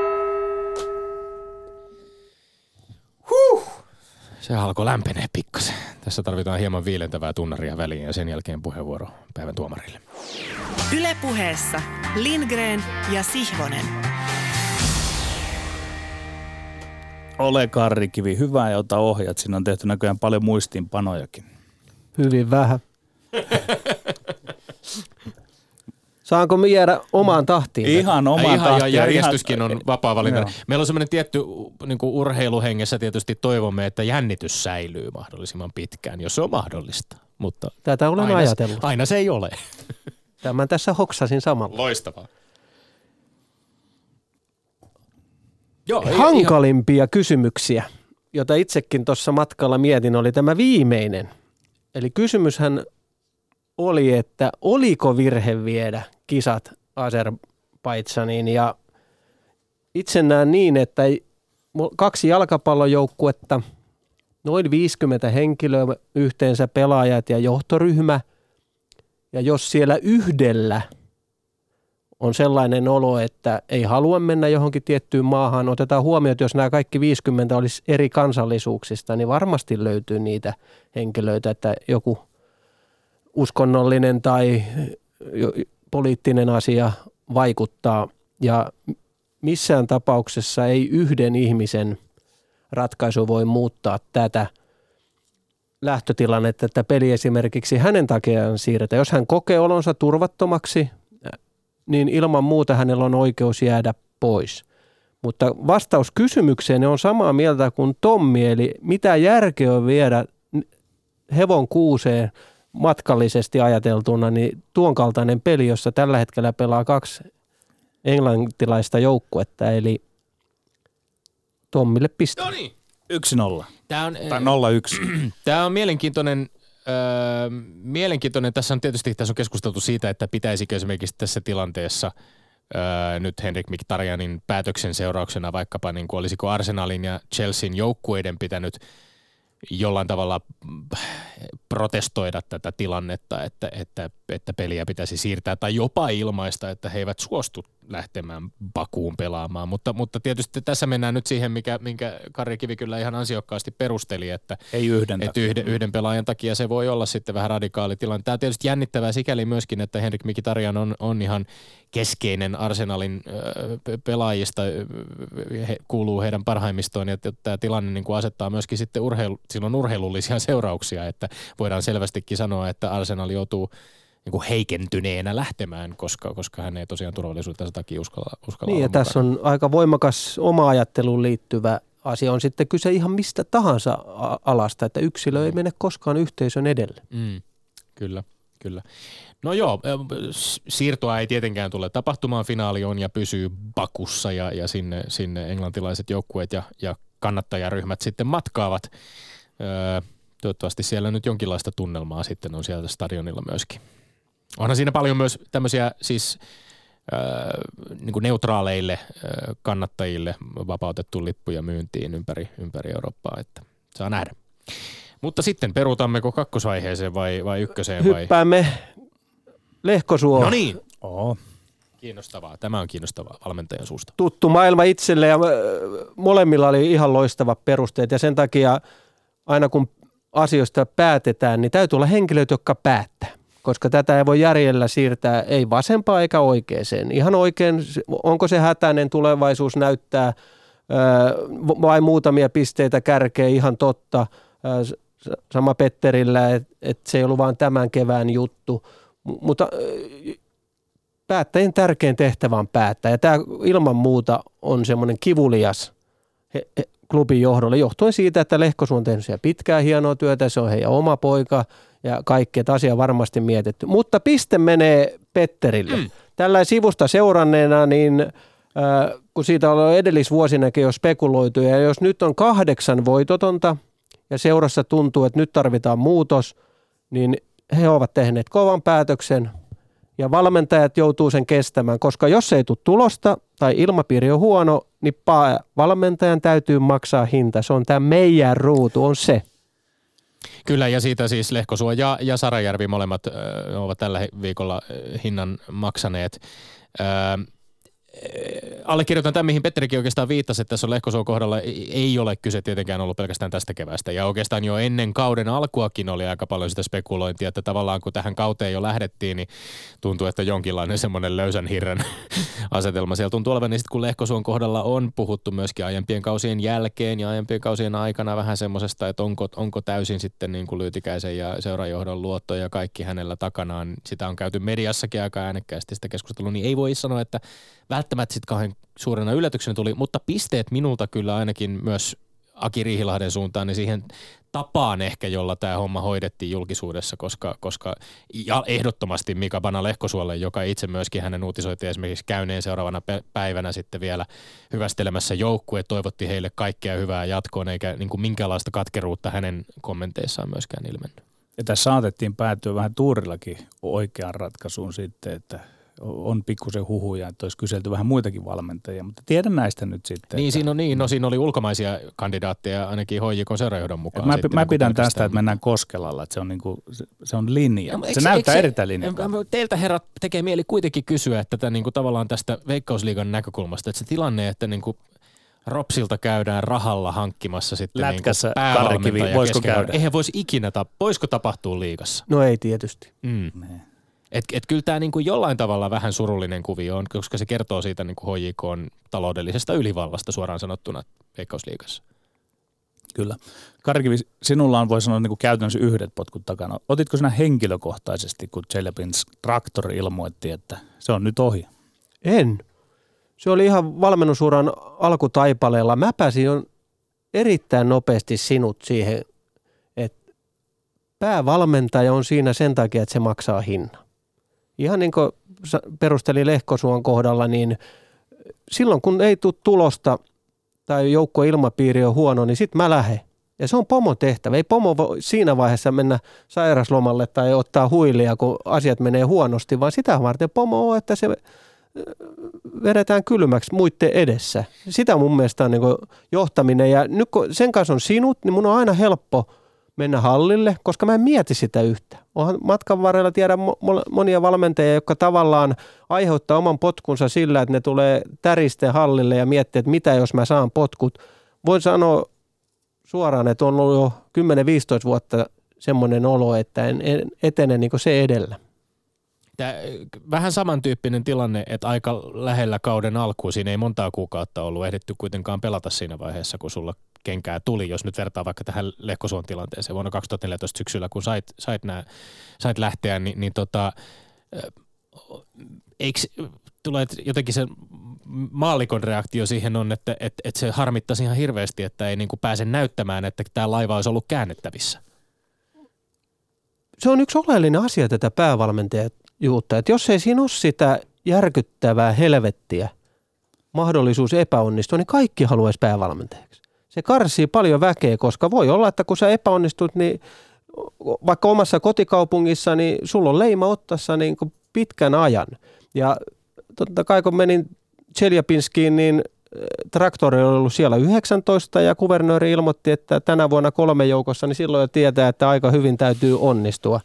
Huh. Se alkoi lämpenee pikkasen. Tässä tarvitaan hieman viilentävää tunnaria väliin ja sen jälkeen puheenvuoro päivän tuomarille. Yle Puheessa Lindgren ja Sihvonen. Ole Karrikivi, hyvä ja ota ohjat. Siinä on tehty näköjään paljon muistiinpanojakin. Hyvin vähän. Saanko me jäädä omaan tahtiin? Ihan omaan ihan, tahtiin. Ja järjestyskin on vapaa valinta. Joo. Meillä on semmoinen tietty niin kuin urheiluhengessä tietysti toivomme, että jännitys säilyy mahdollisimman pitkään, jos se on mahdollista. Mutta tätä olen aina, ajatellut. Aina se ei ole. Tämän tässä hoksasin samalla. Loistavaa. Joo, Hankalimpia ihan... kysymyksiä, jota itsekin tuossa matkalla mietin, oli tämä viimeinen. Eli kysymyshän oli, että oliko virhe viedä kisat Azerbaidžaniin, ja itse näen niin, että kaksi jalkapallojoukkuetta, noin viisikymmentä henkilöä yhteensä, pelaajat ja johtoryhmä, ja jos siellä yhdellä on sellainen olo, että ei halua mennä johonkin tiettyyn maahan, otetaan huomioon, että jos nämä kaikki viisikymmentä olisi eri kansallisuuksista, niin varmasti löytyy niitä henkilöitä, että joku uskonnollinen tai poliittinen asia vaikuttaa, ja missään tapauksessa ei yhden ihmisen ratkaisu voi muuttaa tätä lähtötilannetta, että peli esimerkiksi hänen takiaan siirretään. Jos hän kokee olonsa turvattomaksi, niin ilman muuta hänellä on oikeus jäädä pois. Mutta vastaus kysymykseen on samaa mieltä kuin Tommi, eli mitä järkeä on viedä hevon kuuseen matkallisesti ajateltuna, niin tuon kaltainen peli, jossa tällä hetkellä pelaa kaksi englantilaista joukkuetta, eli Tommille piste. No niin. Yksi nolla. Tämä on, Tai nolla yksi. Tämä on mielenkiintoinen, öö, mielenkiintoinen. Tässä on tietysti tässä on keskusteltu siitä, että pitäisikö esimerkiksi tässä tilanteessa öö, nyt Henrik Mkhitaryanin päätöksen seurauksena vaikkapa, niin kuin olisiko Arsenalin ja Chelsean joukkueiden pitänyt jollain tavalla protestoida tätä tilannetta, että, että, että peliä pitäisi siirtää tai jopa ilmaista, että he eivät suostu lähtemään Bakuun pelaamaan. Mutta, mutta tietysti tässä mennään nyt siihen, mikä, minkä Kari Kivi kyllä ihan ansiokkaasti perusteli, että, Ei yhden että yhden, yhden pelaajan takia se voi olla sitten vähän radikaali tilanne. Tämä on tietysti jännittävää sikäli myöskin, että Henrik Mkhitaryan on, on ihan keskeinen Arsenalin äh, pelaajista, he, kuuluu heidän parhaimmistoon, ja tämä tilanne niin kuin asettaa myöskin sitten urheilu, silloin urheilullisia seurauksia, että voidaan selvästikin sanoa, että Arsenal joutuu niin kuin heikentyneenä lähtemään, koska, koska hän ei tosiaan turvallisuutensa takia uskalla, uskalla Niin, ja mukana. tässä on aika voimakas oma ajatteluun liittyvä asia. On sitten kyse ihan mistä tahansa alasta, että yksilö ei mene koskaan yhteisön edelle. Mm, kyllä, kyllä. No joo, siirtoa ei tietenkään tule tapahtumaan. Finaali on ja pysyy Bakussa ja, ja sinne, sinne englantilaiset joukkueet ja, ja kannattajaryhmät sitten matkaavat. Öö, toivottavasti siellä nyt jonkinlaista tunnelmaa sitten on siellä stadionilla myöskin. Onhan siinä paljon myös tämmöisiä siis öö, niin kuin neutraaleille öö, kannattajille vapautettu lippuja myyntiin ympäri, ympäri Eurooppaa, että saa nähdä. Mutta sitten peruutammeko kakkosvaiheeseen vai, vai ykköseen? Hyppäämme Lehkosuo. No niin. Oo. Kiinnostavaa. Tämä on kiinnostavaa valmentajan suusta. Tuttu maailma itselle ja molemmilla oli ihan loistavat perusteet ja sen takia aina kun asioista päätetään, niin täytyy olla henkilöt, jotka päättää. Koska tätä ei voi järjellä siirtää ei vasempaa eikä oikeeseen. Ihan oikein, onko se hätäinen tulevaisuus näyttää vai muutamia pisteitä kärkeä, ihan totta. Sama Petterillä, että et se ei ollut vaan tämän kevään juttu. Mutta päättäjien tärkein tehtävä on päättää. Ja tämä ilman muuta on semmoinen kivulias he, he, klubin johdolle, johtuen siitä, että Lehkosuo on tehnyt siellä pitkää hienoa työtä, se on heidän oma poika ja kaikki, että asia on varmasti mietitty. Mutta piste menee Petterille. Mm. Tällä sivusta seuranneena, niin äh, kun siitä on edellisvuosinakin jo spekuloitu, ja jos nyt on kahdeksan voitotonta ja seurassa tuntuu, että nyt tarvitaan muutos, niin he ovat tehneet kovan päätöksen ja valmentajat joutuu sen kestämään, koska jos ei tule tulosta tai ilmapiiri on huono, niin valmentajan täytyy maksaa hinta. Se on tämä meidän ruutu, on se. Kyllä, ja siitä siis Lehkosuo ja, ja Sarajärvi molemmat ö, ovat tällä viikolla hinnan maksaneet. Ö, allekirjoitan tämän, mihin Petterikin oikeastaan viittasi, että tässä on Lehkosuon kohdalla ei ole kyse tietenkään ollut pelkästään tästä keväästä. Ja oikeastaan jo ennen kauden alkuakin oli aika paljon sitä spekulointia, että tavallaan kun tähän kauteen jo lähdettiin, niin tuntuu, että jonkinlainen semmoinen löysän hirren asetelma siellä tuntuu olevan. Niin sitten kun Lehkosuon kohdalla on puhuttu myöskin aiempien kausien jälkeen ja aiempien kausien aikana vähän semmoisesta, että onko, onko täysin sitten niin kuin Lyytikäisen ja seurajohdon luotto ja kaikki hänellä takanaan. Sitä on käyty mediassakin aika äänekkäästi sitä keskustelua, niin ei voi sanoa, että välttämättä sitten kauhean suurena yllätyksenä tuli, mutta pisteet minulta kyllä ainakin myös Aki Riihilahden suuntaan, niin siihen tapaan ehkä, jolla tämä homma hoidettiin julkisuudessa, koska, koska ja ehdottomasti Mika Bana Lehkosuolle, joka itse myöskin hänen uutisoitiin esimerkiksi käyneen seuraavana päivänä sitten vielä hyvästelemässä joukkue, toivotti heille kaikkea hyvää jatkoon, eikä niin kuin minkäänlaista katkeruutta hänen kommenteissaan myöskään ilmennyt. Ja tässä saatettiin päätyä vähän Tuurillakin oikeaan ratkaisuun sitten, että on pikkusen huhuja, että olisi kyselty vähän muitakin valmentajia, mutta tiedän näistä nyt sitten. Niin, että siinä on, niin, no, siinä oli ulkomaisia kandidaatteja ainakin H J K:n seurajohdon mukaan. Mä, sitten, mä niin pidän pelkästään. tästä, että mennään Koskelalla, että se on, niinku, se, se on linja. No, se eikö, näyttää eikö, erittäin linjalta. Teiltä herrat tekee mieli kuitenkin kysyä, että tämän, niin kuin, tavallaan tästä Veikkausliigan näkökulmasta, että se tilanne, että niin kuin Ropsilta käydään rahalla hankkimassa sitten Lätkässä niin päävalmentaja voisiko kesken. käydä? Eihän voisi ikinä, ta- voisiko tapahtua liigassa? No ei tietysti. Mm. Et, et kyllä tämä niinku jollain tavalla vähän surullinen kuvio on, koska se kertoo siitä niinku H J K:n taloudellisesta ylivallasta suoraan sanottuna Veikkausliigassa. Kyllä. Karkivi, sinulla on, voi sanoa, niin kuin käytännössä yhdet potkut takana. Otitko sinä henkilökohtaisesti, kun Tselepins traktori ilmoitti, että se on nyt ohi? En. Se oli ihan valmennusuran alkutaipaleella. Mä pääsin jo erittäin nopeasti sinut siihen, että päävalmentaja on siinä sen takia, että se maksaa hinnan. Ihan niin kuin perusteli Lehkosuon kohdalla, niin silloin kun ei tule tulosta tai joukkueen ilmapiiri on huono, niin sitten mä lähden. Ja se on pomon tehtävä. Ei pomo voi siinä vaiheessa mennä sairaslomalle tai ottaa huilia, kun asiat menee huonosti, vaan sitä varten pomo on, että se vedetään kylmäksi muiden edessä. Sitä mun mielestä on niin kuin johtaminen. Ja nyt kun sen kanssa on sinut, niin mun on aina helppo mennä hallille, koska mä en mieti sitä yhtä. Onhan matkan varrella tiedä monia valmentajia, jotka tavallaan aiheuttaa oman potkunsa sillä, että ne tulee täristen hallille ja miettii, että mitä jos mä saan potkut. Voin sanoa suoraan, että on ollut jo kymmenen viisitoista vuotta semmoinen olo, että en, en etene niin kuin se edellä. Tämä, vähän samantyyppinen tilanne, että aika lähellä kauden alkuun, siinä ei montaa kuukautta ollut ehditty kuitenkaan pelata siinä vaiheessa, kun sulla kenkää tuli, jos nyt vertaa vaikka tähän Lehkosuon tilanteeseen vuonna kaksituhattaneljätoista syksyllä, kun sait, sait, nää, sait lähteä, niin, niin tota, eikö tulee jotenkin se maallikon reaktio siihen on, että et, et se harmittaisi ihan hirveästi, että ei niinku pääse näyttämään, että tämä laiva olisi ollut käännettävissä? Se on yksi oleellinen asia tätä päävalmentajuutta, että jos ei siinä ole sitä järkyttävää helvettiä, mahdollisuus epäonnistua, niin kaikki haluaisi päävalmentajaksi. Se karsii paljon väkeä, koska voi olla, että kun sä epäonnistut, niin vaikka omassa kotikaupungissa, niin sulla on leima ottassa niin kuin pitkän ajan. Ja totta kai kun menin Tseljapinskiin, niin traktori on ollut siellä yhdeksäntoista ja kuvernööri ilmoitti, että tänä vuonna kolme joukossa, niin silloin jo tietää, että aika hyvin täytyy onnistua.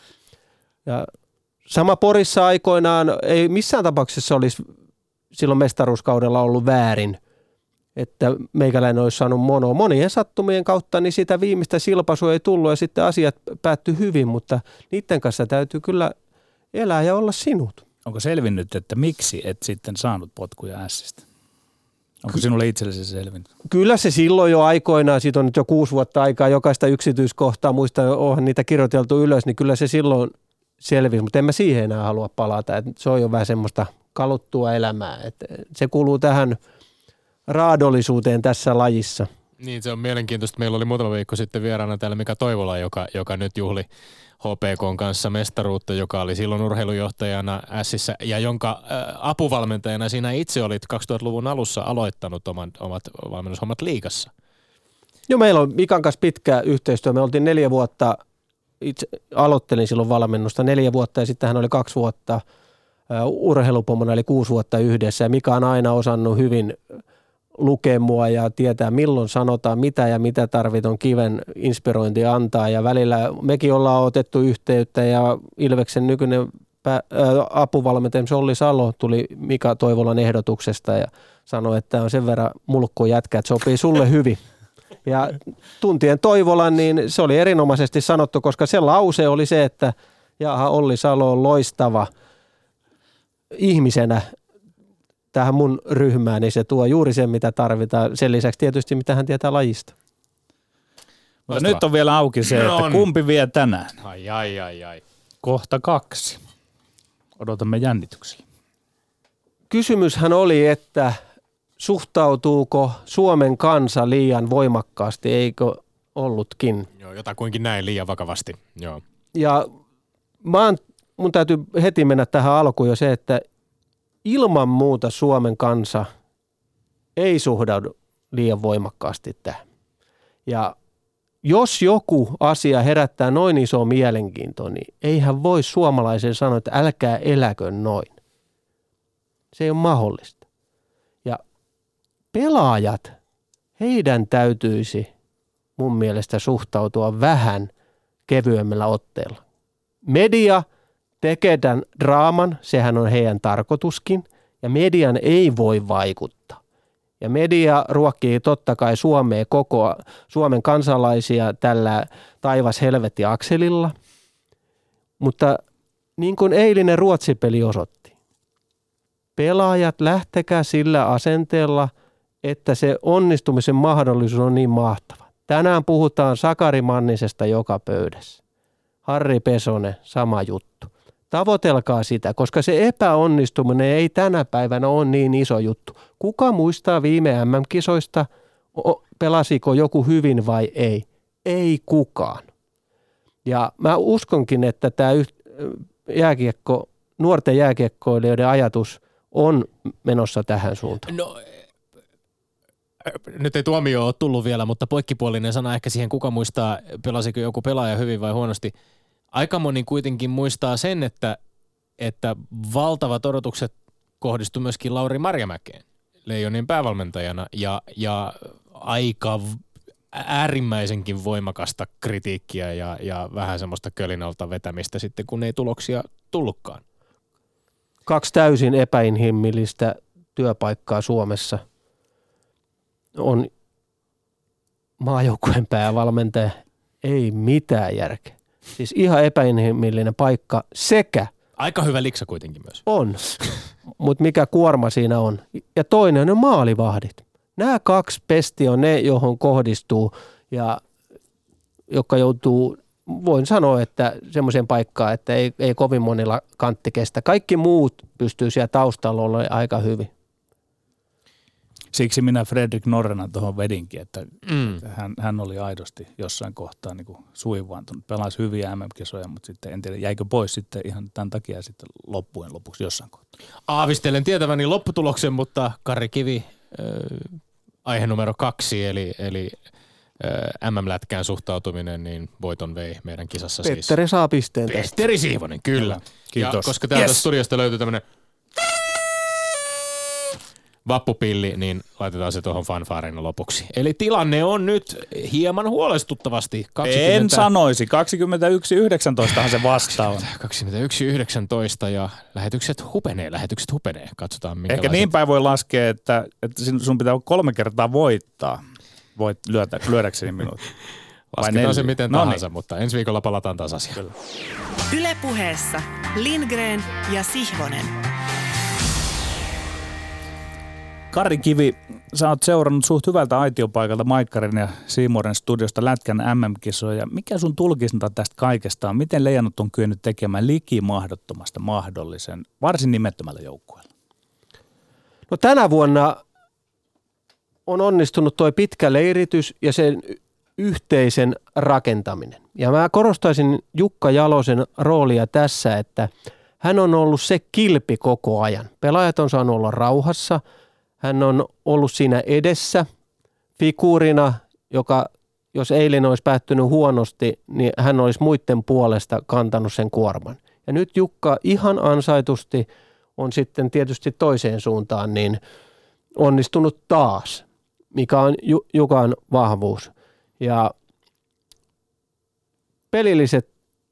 Ja sama Porissa aikoinaan ei missään tapauksessa olisi silloin mestaruuskaudella ollut väärin, että meikäläinen olisi saanut mono. Monien sattumien kautta niin sitä viimeistä silpaisua ei tullut ja sitten asiat päättyi hyvin, mutta niiden kanssa täytyy kyllä elää ja olla sinut. Onko selvinnyt, että miksi et sitten saanut potkuja Ässistä? Onko sinulle itsellesi selvinnyt? Kyllä se silloin jo aikoinaan, siitä on nyt jo kuusi vuotta aikaa, jokaista yksityiskohtaa, muista onhan niitä kirjoiteltu ylös, niin kyllä se silloin selvisi, mutta en mä siihen enää halua palata. Että se on jo vähän semmoista kaluttua elämää, että se kuuluu tähän raadollisuuteen tässä lajissa. Niin, se on mielenkiintoista. Meillä oli muutama viikko sitten vieraana täällä Mika Toivola, joka, joka nyt juhli H P K:n kanssa mestaruutta, joka oli silloin urheilujohtajana Ässissä ja jonka ä, apuvalmentajana siinä itse olit kaksituhattaluvun alussa aloittanut oman, omat valmennushommat liigassa. Joo, meillä on Mikan kanssa pitkä yhteistyö. Me oltiin neljä vuotta, itse aloittelin silloin valmennusta neljä vuotta ja sitten hän oli kaksi vuotta urheilupomona, eli kuusi vuotta yhdessä. Ja Mika on aina osannut hyvin lukea mua ja tietää milloin sanotaan mitä ja mitä tarvitaan kiven inspirointi antaa. Ja välillä mekin ollaan otettu yhteyttä ja Ilveksen nykyinen pä- ää, apuvalmentaja Olli Salo tuli Mika Toivolan ehdotuksesta ja sanoi, että on sen verran mulkku jätkä, että sopii sulle hyvin. Ja tuntien Toivolan, niin se oli erinomaisesti sanottu, koska se lause oli se, että jaha, Olli Salo on loistava ihmisenä tähän mun ryhmään, niin se tuo juuri sen, mitä tarvitaan. Sen lisäksi tietysti, mitä hän tietää lajista. Mutta nyt on vielä auki se, että kumpi vie tänään. Ai, ai, ai, ai. Kohta kaksi. Odotamme jännityksellä. Kysymyshän oli, että suhtautuuko Suomen kansa liian voimakkaasti, eikö ollutkin? Joo, jotakuinkin näin liian vakavasti. Joo. Ja mä oon, mun täytyy heti mennä tähän alkuun jo se, että ilman muuta Suomen kansa ei suhtaudu liian voimakkaasti tähän. Ja jos joku asia herättää noin iso mielenkiintoa, niin eihän voi suomalaisen sanoa, että älkää eläkö noin. Se ei ole mahdollista. Ja pelaajat, heidän täytyisi mun mielestä suhtautua vähän kevyemmällä otteella. Media tekee tämän draaman, sehän on heidän tarkoituskin, ja median ei voi vaikuttaa. Ja media ruokkii totta kai Suomea koko Suomen kansalaisia tällä taivas-helvetti-akselilla, mutta niin kuin eilinen Ruotsi-peli osoitti, pelaajat lähtekää sillä asenteella, että se onnistumisen mahdollisuus on niin mahtava. Tänään puhutaan Sakari Mannisesta joka pöydässä. Harri Pesonen, sama juttu. Tavoitelkaa sitä, koska se epäonnistuminen ei tänä päivänä ole niin iso juttu. Kuka muistaa viime M M-kisoista, pelasiko joku hyvin vai ei? Ei kukaan. Ja mä uskonkin, että tämä jääkiekko nuorten jääkiekkoilijoiden ajatus on menossa tähän suuntaan? No, nyt ei tuomio ole tullut vielä, mutta poikkipuolinen sana ehkä siihen, kuka muistaa, pelasiko joku pelaaja hyvin vai huonosti. Aika moni kuitenkin muistaa sen, että, että valtavat odotukset kohdistui myöskin Lauri Marjamäkeen Leijonin päävalmentajana ja, ja aika äärimmäisenkin voimakasta kritiikkiä ja, ja vähän semmoista kölinalta vetämistä sitten, kun ei tuloksia tullutkaan. Kaksi täysin epäinhimillistä työpaikkaa Suomessa on maajoukkueen päävalmentaja. Ei mitään järkeä. Siis ihan epäinhimillinen paikka sekä... Aika hyvä liksa kuitenkin myös. On, mutta mikä kuorma siinä on. Ja toinen on maalivahdit. Nämä kaksi pestiä on ne, johon kohdistuu ja jotka joutuu, voin sanoa, että semmoiseen paikkaan, että ei, ei kovin monilla kantti kestä. Kaikki muut pystyy siellä taustalla olemaan aika hyvin. Siksi minä Fredrik Norrena tuohon vedinkin, että Mm. hän, hän oli aidosti jossain kohtaa niin kuin suivaantunut. Pelasi hyviä M M-kisoja, mutta sitten en tiedä, jäikö pois sitten ihan tämän takia sitten loppujen lopuksi jossain kohtaa. Aavistelen tietäväni lopputuloksen, mutta Kari Kivi, äh, aihe numero kaksi, eli, eli äh, M M-lätkään suhtautuminen, niin voiton vei meidän kisassa siis. Petteri saa pisteen tästä. Petteri Siivonen, kyllä. Kiitos. Ja koska täältä Yes. studiosta löytyy tämmöinen vappupilli, niin laitetaan se tuohon fanfaarina lopuksi. Eli tilanne on nyt hieman huolestuttavasti. kaksikymmentä En sanoisi, kaksikymmentäyksi yhdeksäntoista se vastaa. kaksikymmentäyksi yhdeksäntoista ja lähetykset hupenee, lähetykset hupenee. Katsotaan minkälaiset. Ehkä niin päin voi laskea, että, että sun pitää kolme kertaa voittaa. Voit lyödä, lyödäkseni minut. Lasketaan se miten no tahansa, niin. mutta ensi viikolla palataan taas asiaan. Yle Puheessa Lindgren ja Sihvonen. Kari Kivi, sä oot seurannut suht hyvältä aitiopaikalta Maikkarin ja Siimoren studiosta Lätkän M M-kisoja. Mikä sun tulkinta tästä kaikesta on? Miten Leijonat on kyennyt tekemään likimahdottomasta mahdollisen, varsin nimettömällä joukkueella? No tänä vuonna on onnistunut toi pitkä leiritys ja sen yhteisen rakentaminen. Ja mä korostaisin Jukka Jalosen roolia tässä, että hän on ollut se kilpi koko ajan. Pelaajat on saanut olla rauhassa. Hän on ollut siinä edessä figuurina, joka jos eilen olisi päättynyt huonosti, niin hän olisi muiden puolesta kantanut sen kuorman. Ja nyt Jukka ihan ansaitusti on sitten tietysti toiseen suuntaan niin onnistunut taas, mikä on Jukan vahvuus. Ja pelilliset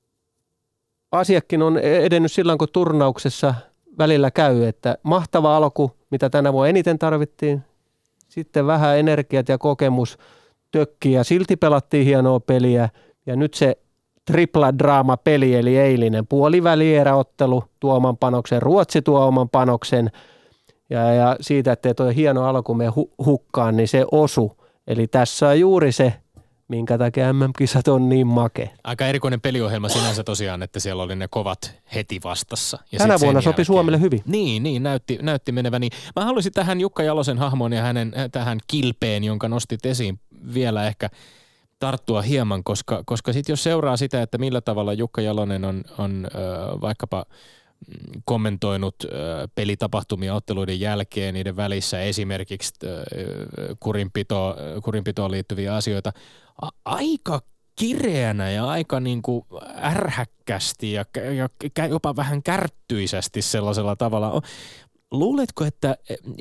asiakin on edennyt silloin, kun turnauksessa välillä käy, että mahtava alku, mitä tänä vuonna eniten tarvittiin. Sitten vähän energiat ja kokemus tökki ja silti pelattiin hienoa peliä. Ja nyt se tripla draama peli, eli eilinen puolivälieräottelu tuo oman panoksen, Ruotsi tuo oman panoksen. Ja, ja siitä, että tuo hieno alku me hu- hukkaan, niin se osu. Eli tässä on juuri se, minkä takia M M-kisat on niin makea. Aika erikoinen peliohjelma sinänsä tosiaan, että siellä oli ne kovat heti vastassa. Ja tänä vuonna sopi jälkeen, Suomelle hyvin. Niin, niin näytti, näytti menevän niin. Mä haluaisin tähän Jukka Jalosen hahmoon ja hänen tähän kilpeen, jonka nostit esiin vielä ehkä tarttua hieman, koska, koska sitten jos seuraa sitä, että millä tavalla Jukka Jalonen on, on äh, vaikkapa kommentoinut äh, pelitapahtumia otteluiden jälkeen, niiden välissä esimerkiksi äh, kurinpito, kurinpitoon liittyviä asioita, a- aika kireänä ja aika niinku ärhäkkästi ja, ja jopa vähän kärttyisästi sellaisella tavalla. Luuletko, että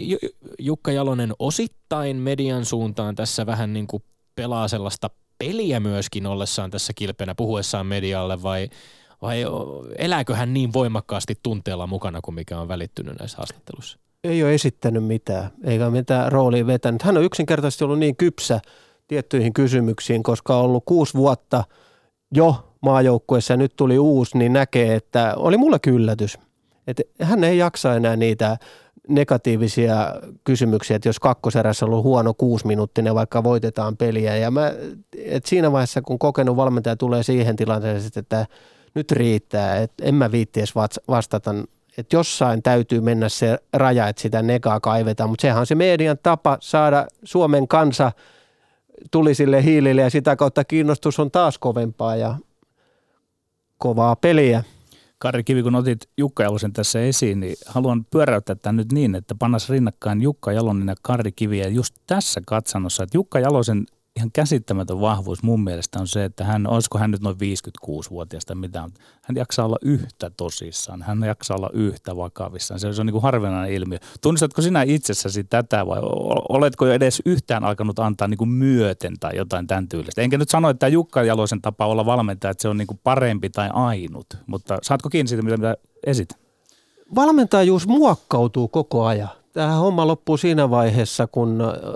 Jukka Jalonen osittain median suuntaan tässä vähän niinku pelaa sellaista peliä myöskin ollessaan tässä kilpenä, puhuessaan medialle vai Vai elääkö hän niin voimakkaasti tunteella mukana kuin mikä on välittynyt näissä haastatteluissa? Ei ole esittänyt mitään, eikä mitään roolia vetänyt. Hän on yksinkertaisesti ollut niin kypsä tiettyihin kysymyksiin, koska on ollut kuusi vuotta jo maajoukkueessa ja nyt tuli uusi, niin näkee, että oli mullekin yllätys. Että hän ei jaksa enää niitä negatiivisia kysymyksiä, että jos kakkoserässä on ollut huono kuusi minuuttinen, vaikka voitetaan peliä. Ja mä, että siinä vaiheessa, kun kokenut valmentaja tulee siihen tilanteeseen, että nyt riittää, että en mä viitti edes vastata, että jossain täytyy mennä se raja, että sitä negaa kaivetaan, mutta sehän on se median tapa saada Suomen kansa tulisille hiilille ja sitä kautta kiinnostus on taas kovempaa ja kovaa peliä. Kari Kivi, kun otit Jukka Jalosen tässä esiin, niin haluan pyöräyttää tämän nyt niin, että pannas rinnakkain Jukka Jalonen ja Kari Kivi. Ja just tässä katsannossa, että Jukka Jalosen ihan käsittämätön vahvuus mun mielestä on se, että hän, olisiko hän nyt noin viisikymmentäkuusi-vuotias tai mitä on, hän jaksaa olla yhtä tosissaan, hän jaksaa olla yhtä vakavissaan. Se, se on niin kuin harvinainen ilmiö. Tunnistatko sinä itsessäsi tätä vai oletko jo edes yhtään alkanut antaa niin kuin myöten tai jotain tämän tyylistä? Enkä nyt sano, että Jukka Jalosen tapa olla valmentaja, että se on niin kuin parempi tai ainut, mutta saatko kiinni siitä, mitä, mitä esitän? Valmentajuus muokkautuu koko ajan. Tämä homma loppuu siinä vaiheessa, kun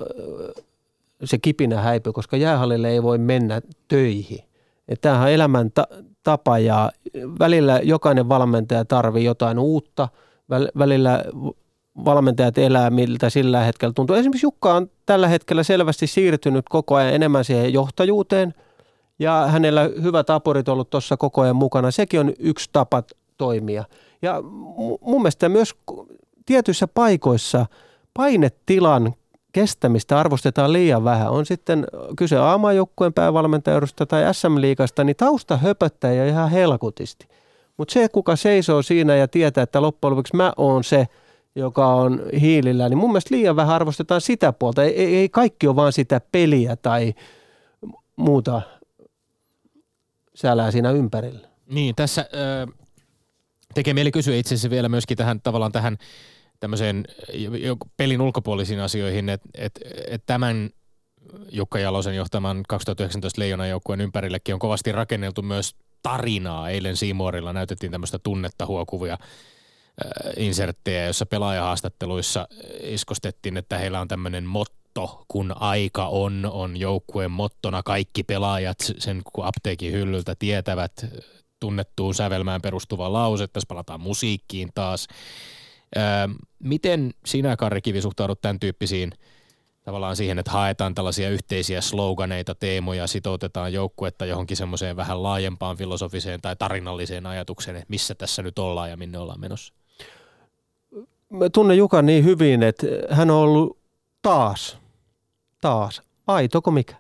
se kipinä häipyy, koska jäähallille ei voi mennä töihin. Että tämähän on elämän ta- tapa ja välillä jokainen valmentaja tarvitsee jotain uutta. Välillä valmentajat elää, miltä sillä hetkellä tuntuu. Esimerkiksi Jukka on tällä hetkellä selvästi siirtynyt koko ajan enemmän siihen johtajuuteen ja hänellä hyvät apurit ollut tuossa koko ajan mukana. Sekin on yksi tapa toimia. Ja mun mielestä myös tietyissä paikoissa painetilan kestämistä arvostetaan liian vähän. On sitten kyse A-maajoukkueen päävalmentajuudesta tai S M-liigasta, niin tausta höpöttää jo ihan helkutisti. Mutta se, kuka seisoo siinä ja tietää, että loppujen lopuksi mä oon se, joka on hiilillä, niin mun mielestä liian vähän arvostetaan sitä puolta. Ei, ei kaikki ole vaan sitä peliä tai muuta sälää siinä ympärillä. Niin, tässä äh, tekee mieli kysyä itse asiassa vielä myöskin tähän tavallaan tähän tämmöiseen pelin ulkopuolisiin asioihin, että et, et tämän Jukka Jalosen johtaman kaksituhattayhdeksäntoista Leijonan joukkueen ympärillekin on kovasti rakenneltu myös tarinaa. Eilen C Morella näytettiin tämmöistä tunnetta huokuvia äh, inserttejä, jossa pelaajahaastatteluissa iskostettiin, että heillä on tämmöinen motto, kun aika on, on joukkueen mottona. Kaikki pelaajat sen kun apteekin hyllyltä tietävät tunnettuun sävelmään perustuva lause. Tässä palataan musiikkiin taas. Öö, miten sinä, Kari Kivi, suhtaudut tämän tyyppisiin tavallaan siihen, että haetaan tällaisia yhteisiä sloganeita, teemoja, sitoutetaan joukkuetta johonkin semmoiseen vähän laajempaan filosofiseen tai tarinalliseen ajatukseen, että missä tässä nyt ollaan ja minne ollaan menossa? Mä tunnen Jukan niin hyvin, että hän on ollut taas, taas, aitoko mikä?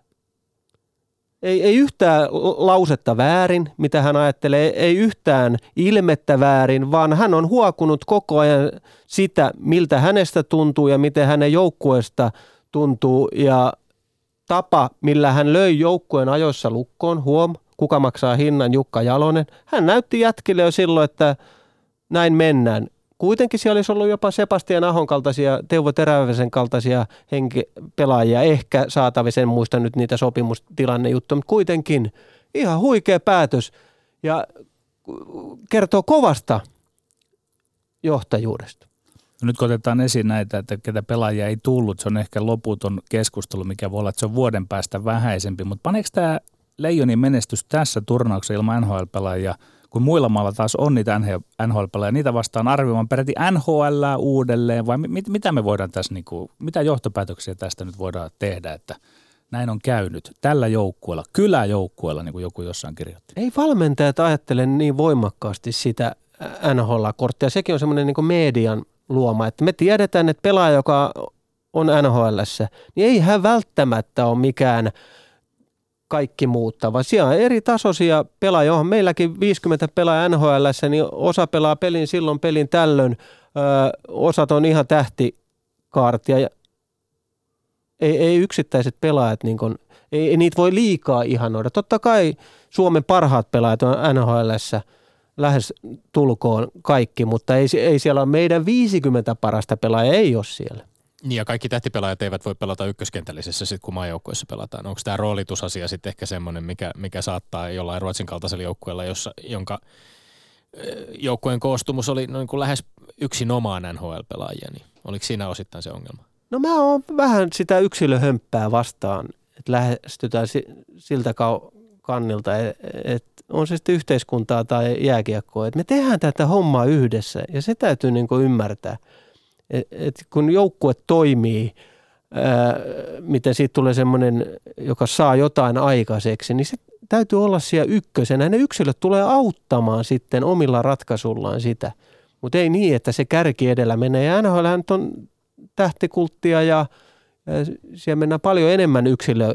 Ei, ei yhtään lausetta väärin, mitä hän ajattelee, ei yhtään ilmettä väärin, vaan hän on huokunut koko ajan sitä, miltä hänestä tuntuu ja miten hänen joukkueesta tuntuu. Ja tapa, millä hän löi joukkueen ajoissa lukkoon, huom, kuka maksaa hinnan, Jukka Jalonen. Hän näytti jätkille jo silloin, että näin mennään. Kuitenkin siellä olisi ollut jopa Sebastian Ahon kaltaisia, Teuvo Teräväisen kaltaisia henkipelaajia, ehkä saatavissa, en muista nyt niitä sopimustilannejuttuja, mutta kuitenkin ihan huikea päätös ja kertoo kovasta johtajuudesta. Nyt kun otetaan esiin näitä, että ketä pelaajia ei tullut, se on ehkä loputon keskustelu, mikä voi olla, että se on vuoden päästä vähäisempi, mutta paneeko tämä Leijonin menestys tässä turnauksessa ilman N H L-pelaajia, kun muilla mailla taas on niitä N H L-pelaajia, niitä vastaan arvioimaan peräti N H L uudelleen, vai mit, mitä me voidaan tässä, niin kuin, mitä johtopäätöksiä tästä nyt voidaan tehdä, että näin on käynyt tällä joukkueella, kyläjoukkueella, niin kuin joku jossain kirjoitti? Ei valmentajat ajattele niin voimakkaasti sitä N H L-korttia, sekin on semmoinen niin kuin median luoma, että me tiedetään, että pelaaja, joka on N H L:ssä, niin ei hän välttämättä ole mikään kaikki muuttava. Siellä on eri tasoisia pelaajia. Onhan meilläkin viisikymmentä pelaajaa N H L:ssä, niin osa pelaa pelin silloin, pelin tällöin. Öö, osat on ihan tähtikaartia. Ja ei, ei yksittäiset pelaajat, niin kun, ei, ei niitä voi liikaa ihanoida. Totta kai Suomen parhaat pelaajat on N H L:ssä lähes tulkoon kaikki, mutta ei, ei siellä ole meidän viisikymmentä parasta pelaajaa, ei ole siellä. Niin ja kaikki tähtipelaajat eivät voi pelata ykköskentällisessä sitten, kun maajoukkueessa pelataan. Onko tämä roolitusasia sitten ehkä semmoinen, mikä, mikä saattaa jollain Ruotsin kaltaisella joukkueella, jossa, jonka joukkueen koostumus oli noin kuin lähes yksinomaan N H L-pelaajia, niin oliko siinä osittain se ongelma? No mä oon vähän sitä yksilöhömppää vastaan, että lähestytään siltä kannilta, että on se sitten yhteiskuntaa tai jääkiekkoa, että me tehdään tätä hommaa yhdessä ja se täytyy niin kuin ymmärtää. Et, et kun joukkue toimii, ää, miten siitä tulee semmoinen, joka saa jotain aikaiseksi, niin se täytyy olla siellä ykkösenä. Ne yksilöt tulee auttamaan sitten omilla ratkaisuillaan sitä, mutta ei niin, että se kärki edellä menee. Ja N H L on tähtikulttia ja, ja siellä mennään paljon enemmän yksilö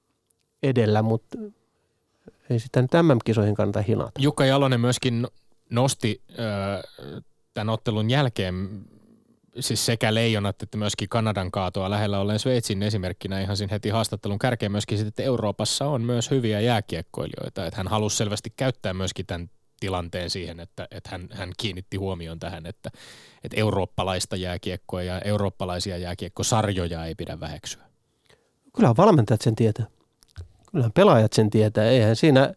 edellä, mutta ei sitä nyt M M-kisoihin kannata hinata. Jukka Jalonen myöskin nosti ö, tämän ottelun jälkeen siis sekä Leijonat että myöskin Kanadan kaatoa lähellä ollen Sveitsin esimerkkinä ihan siinä heti haastattelun kärkeen myöskin sitten, että Euroopassa on myös hyviä jääkiekkoilijoita. Että hän halusi selvästi käyttää myöskin tämän tilanteen siihen, että, että hän, hän kiinnitti huomioon tähän, että, että eurooppalaista jääkiekkoa ja eurooppalaisia jääkiekkosarjoja ei pidä väheksyä. Kyllähän valmentajat sen tietää. Kyllähän pelaajat sen tietää. Eihän siinä...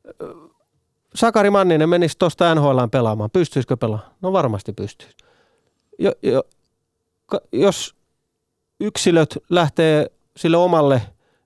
Sakari Manninen menisi tuosta N H L:ään pelaamaan. Pystyisikö pelaamaan? No varmasti pystyisi. Jo, jo, jos yksilöt lähtee sille omalle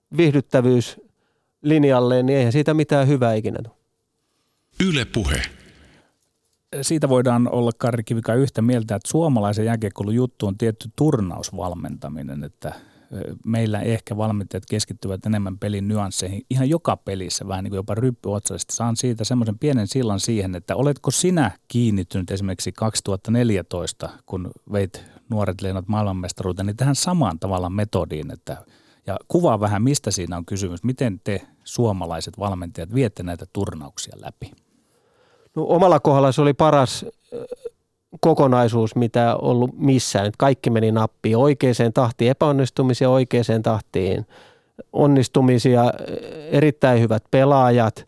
viihdyttävyyslinjalleen, niin eihän siitä mitään hyvää ikinä tule. Yle Puhe. Siitä voidaan olla, Karri Kivika, yhtä mieltä, että suomalaisen jääkiekkoilun juttu on tietty turnausvalmentaminen, että meillä ehkä valmentajat keskittyvät enemmän pelin nyansseihin ihan joka pelissä, vähän niin kuin jopa ryppyotsaisesti. Saan siitä semmoisen pienen sillan siihen, että oletko sinä kiinnittynyt esimerkiksi kaksituhattaneljätoista, kun veit nuoret Leinat maailmanmestaruuteen, niin tähän samaan tavallaan metodiin, että ja kuvaa vähän, mistä siinä on kysymys. Miten te suomalaiset valmentajat viette näitä turnauksia läpi? No, omalla kohdalla se oli paras kokonaisuus, mitä ollut missään. Että kaikki meni nappiin, oikeaan tahtiin epäonnistumisia, oikeaan tahtiin onnistumisia, erittäin hyvät pelaajat.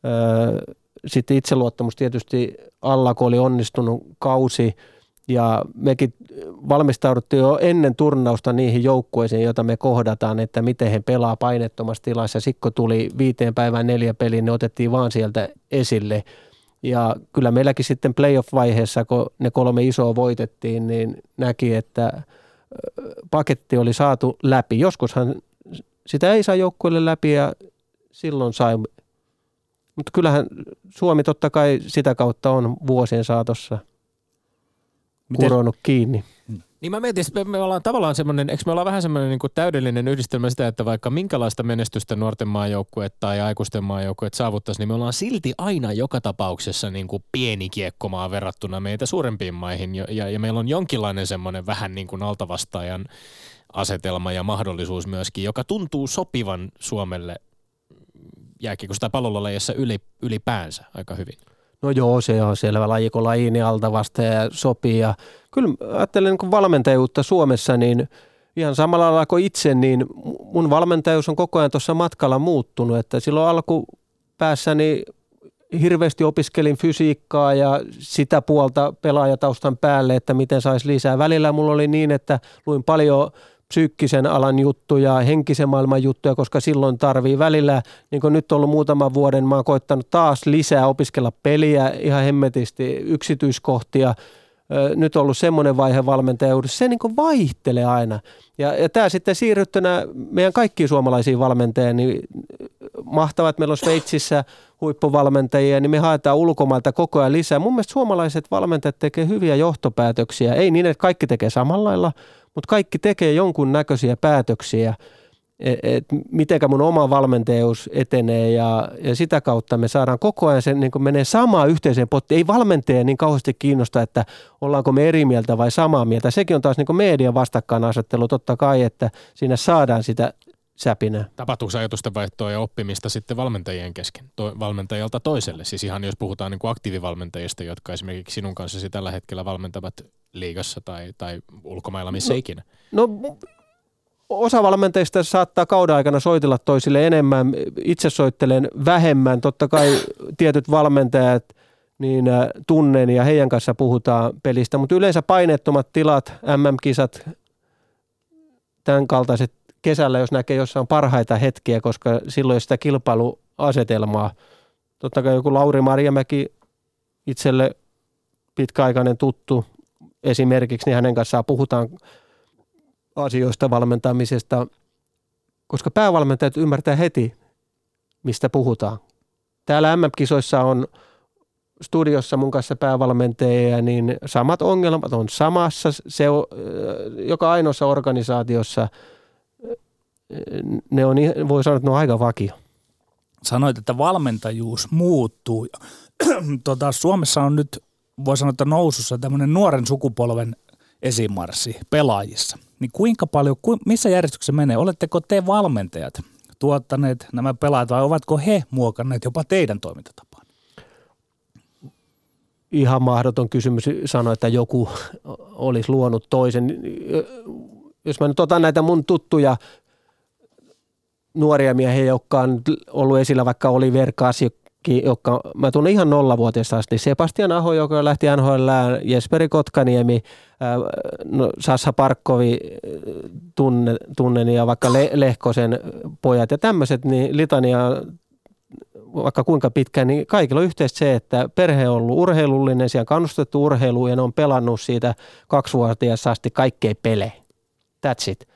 Sitten itseluottamus tietysti alla, kun oli onnistunut kausi. Ja mekin valmistauduttiin jo ennen turnausta niihin joukkueisiin, joita me kohdataan, että miten he pelaa painettomassa tilassa. Sitten kun tuli viiteen päivään neljä peliä, ne otettiin vaan sieltä esille. Ja kyllä meilläkin sitten playoff-vaiheessa, kun ne kolme isoa voitettiin, niin näki, että paketti oli saatu läpi. Joskushan sitä ei saa joukkueelle läpi ja silloin sai. Mutta kyllähän Suomi totta kai sitä kautta on vuosien saatossa kuronut kiinni. Niin mä mietin, että me ollaan tavallaan semmoinen, eikö me ollaan vähän semmoinen niin kuin täydellinen yhdistelmä sitä, että vaikka minkälaista menestystä nuorten maajoukkuet tai aikuisten maajoukkuet saavuttaisi, niin me ollaan silti aina joka tapauksessa niin kuin pieni kiekkomaa verrattuna meitä suurempiin maihin. Ja, ja, ja meillä on jonkinlainen semmoinen vähän niin kuin altavastaajan asetelma ja mahdollisuus myöskin, joka tuntuu sopivan Suomelle jääkiekossa tai palloilulajissa yli, ylipäänsä aika hyvin. No joo, se on selvä laji, kun laji niin altavastaaja sopii. Ja kyllä ajattelen niin valmentajuutta Suomessa, niin ihan samalla lailla kuin itse, niin mun valmentajuus on koko ajan tuossa matkalla muuttunut. Että silloin alkupäässäni hirveästi opiskelin fysiikkaa ja sitä puolta pelaajataustan päälle, että miten saisi lisää. Välillä mulla oli niin, että luin paljon psyykkisen alan juttuja, henkisen maailman juttuja, koska silloin tarvii välillä, niin kuin nyt on ollut muutaman vuoden, mä oon koittanut taas lisää opiskella peliä, ihan hemmetisti yksityiskohtia. Nyt on ollut semmoinen vaihe valmentajuudessa, se niin kuin vaihtelee aina. Ja, ja tämä sitten siirryttynä meidän kaikkiin suomalaisiin valmentajien, niin mahtavat, meillä on Sveitsissä huippuvalmentajia, niin me haetaan ulkomailta koko ajan lisää. Mun mielestä suomalaiset valmentajat tekee hyviä johtopäätöksiä, ei niin, että kaikki tekee samalla lailla, mutta kaikki tekee jonkun näköisiä päätöksiä, että mitenkä mun oma valmentajuus etenee ja, ja sitä kautta me saadaan koko ajan se niin kun menee samaan yhteiseen pottiin. Ei valmentaja niin kauheasti kiinnosta, että ollaanko me eri mieltä vai samaa mieltä. Sekin on taas niin kun median vastakkainasettelu totta kai, että siinä saadaan sitä säpinää. Tapahtuuko ajatusten vaihtoa ja oppimista sitten valmentajien kesken, to, valmentajalta toiselle? Siis ihan jos puhutaan niin kuin aktiivivalmentajista, jotka esimerkiksi sinun kanssasi tällä hetkellä valmentavat liigassa tai, tai ulkomailla missä no, ikinä. No osa valmentajista saattaa kauden aikana soitella toisille enemmän, itse soittelen vähemmän. Totta kai tietyt valmentajat niin tunnen ja heidän kanssa puhutaan pelistä, mutta yleensä paineettomat tilat, M M-kisat, tämän kaltaiset kesällä, jos näkee jossain parhaita hetkiä, koska silloin sitä kilpailuasetelmaa. Totta kai joku Lauri Marjamäki, itselle pitkäaikainen tuttu esimerkiksi, niin hänen kanssaan puhutaan asioista valmentamisesta, koska päävalmentajat ymmärtää heti, mistä puhutaan. Täällä M M-kisoissa on studiossa mun kanssa päävalmentajia, niin samat ongelmat on samassa, se on, joka ainoassa organisaatiossa. Ne on, voi sanoa, että ne on aika vakio. Sanoit, että valmentajuus muuttuu. tota, Suomessa on nyt, voi sanoa, että nousussa tämmöinen nuoren sukupolven esimarssi pelaajissa. Niin kuinka paljon, missä järjestyksessä menee? Oletteko te valmentajat tuottaneet nämä pelaajat vai ovatko he muokanneet jopa teidän toimintatapaan? ihan mahdoton kysymys sanoa, että joku olisi luonut toisen. Jos mä nyt otan näitä mun tuttuja nuoria miehiä, jotka on ollut esillä, vaikka Oliver Kasjoki, joka mä tunnen ihan nollavuotiaasta asti, Sebastian Aho, joka lähti N H L:ään, Jesperi Kotkaniemi, ää, no, Sassa Parkkovi tunne, tunnen ja vaikka Le- Lehkosen pojat ja tämmöiset, niin litania vaikka kuinka pitkään, niin kaikilla on yhteistä se, että perhe on ollut urheilullinen, siellä on kannustettu urheiluun ja ne on pelannut siitä kaksivuotiaasta asti kaikkea pelejä. That's it.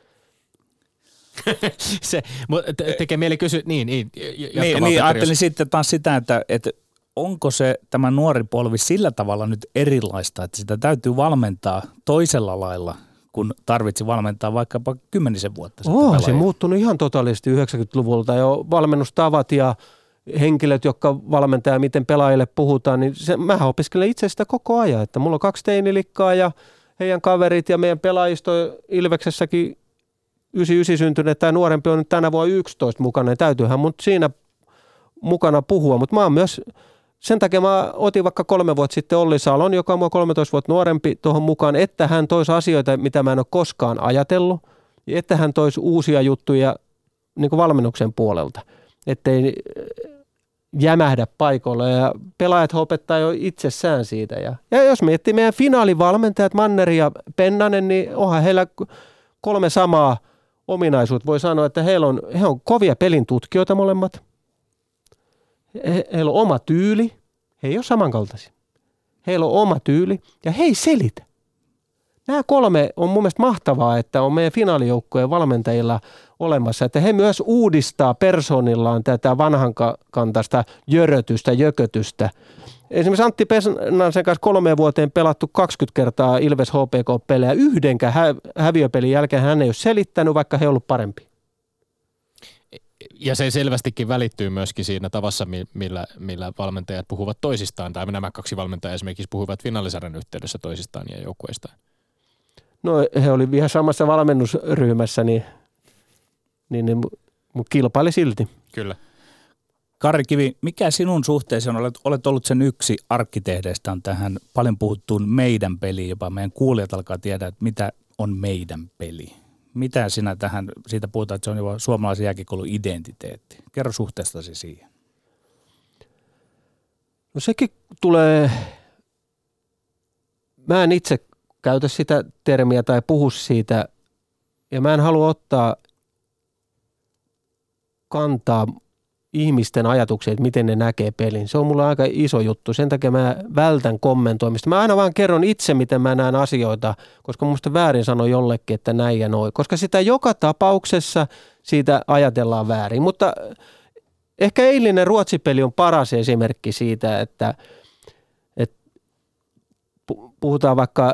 Se te- tekee mieli kysyä, niin, niin, niin, niin ajattelin jos... sitten taas sitä, että, että onko se tämä nuori polvi sillä tavalla nyt erilaista, että sitä täytyy valmentaa toisella lailla, kun tarvitsi valmentaa vaikkapa kymmenisen vuotta sitten. Oh, se muuttunut ihan totaalisesti yhdeksänkymmentäluvulta jo valmennustavat ja henkilöt, jotka valmentaa ja miten pelaajille puhutaan, niin se, mähän opiskelen itse sitä koko ajan, että mulla on kaksi teinilikkaa ja heidän kaverit ja meidän pelaajisto Ilveksessäkin yhdeksänkymmentäyhdeksän syntyneet, tämä nuorempi on nyt tänä vuonna yksitoista mukana, niin täytyyhän mun siinä mukana puhua, mutta mä oon myös, sen takia mä otin vaikka kolme vuotta sitten Olli Salon, joka on mua kolmetoista vuotta nuorempi tuohon mukaan, että hän toisi asioita, mitä mä en ole koskaan ajatellut, ja että hän toisi uusia juttuja niin kuin valmennuksen puolelta, ettei jämähdä paikoilla ja pelaajat opettaa jo itsessään siitä. Ja, ja jos miettii meidän finaalivalmentajat Manneri ja Pennanen, niin onhan heillä kolme samaa ominaisuutta. Voi sanoa, että heillä on, he on kovia pelin tutkijoita molemmat. He, heillä on oma tyyli. He ei ole samankaltaisia. Heillä on oma tyyli ja he ei selitä. Nämä kolme on mun mielestä mahtavaa, että on meidän finaalijoukkojen valmentajilla olemassa, että he myös uudistaa persoonillaan tätä vanhankantaista jörötystä, jökötystä. Esimerkiksi Antti Pennasen kanssa kolmeen vuoteen pelattu kaksikymmentä kertaa Ilves H P K-pelejä. Yhdenkään hä- häviöpelin jälkeen hän ei ole selittänyt, vaikka he on ollut parempi. Ja se selvästikin välittyy myöskin siinä tavassa, millä, millä valmentajat puhuvat toisistaan, tai nämä kaksi valmentajaa esimerkiksi puhuvat finaalisarjan yhteydessä toisistaan ja joukkueistaan. No he olivat ihan samassa valmennusryhmässä, niin, niin ne kilpaili silti. Kyllä. Kari Kivi, mikä sinun suhteesi on? Olet, olet ollut sen yksi arkkitehdeistä on tähän paljon puhuttuun meidän peliin, jopa meidän kuulijat alkaa tiedä, että mitä on meidän peli. Mitä sinä tähän, siitä puhutaan, että se on jopa suomalaisen jääkiekkoilun identiteetti. Kerro suhteestasi siihen. No sekin tulee, mä en itse käytä sitä termiä tai puhu siitä, ja mä en halua ottaa kantaa ihmisten ajatuksia, että miten ne näkee pelin. Se on mulle aika iso juttu. Sen takia mä vältän kommentoimista. Mä aina vaan kerron itse, miten mä näen asioita, koska musta väärin sanoo jollekin, että näin ja noin. Koska sitä joka tapauksessa siitä ajatellaan väärin. Mutta ehkä eilinen Ruotsi-peli on paras esimerkki siitä, että, että puhutaan vaikka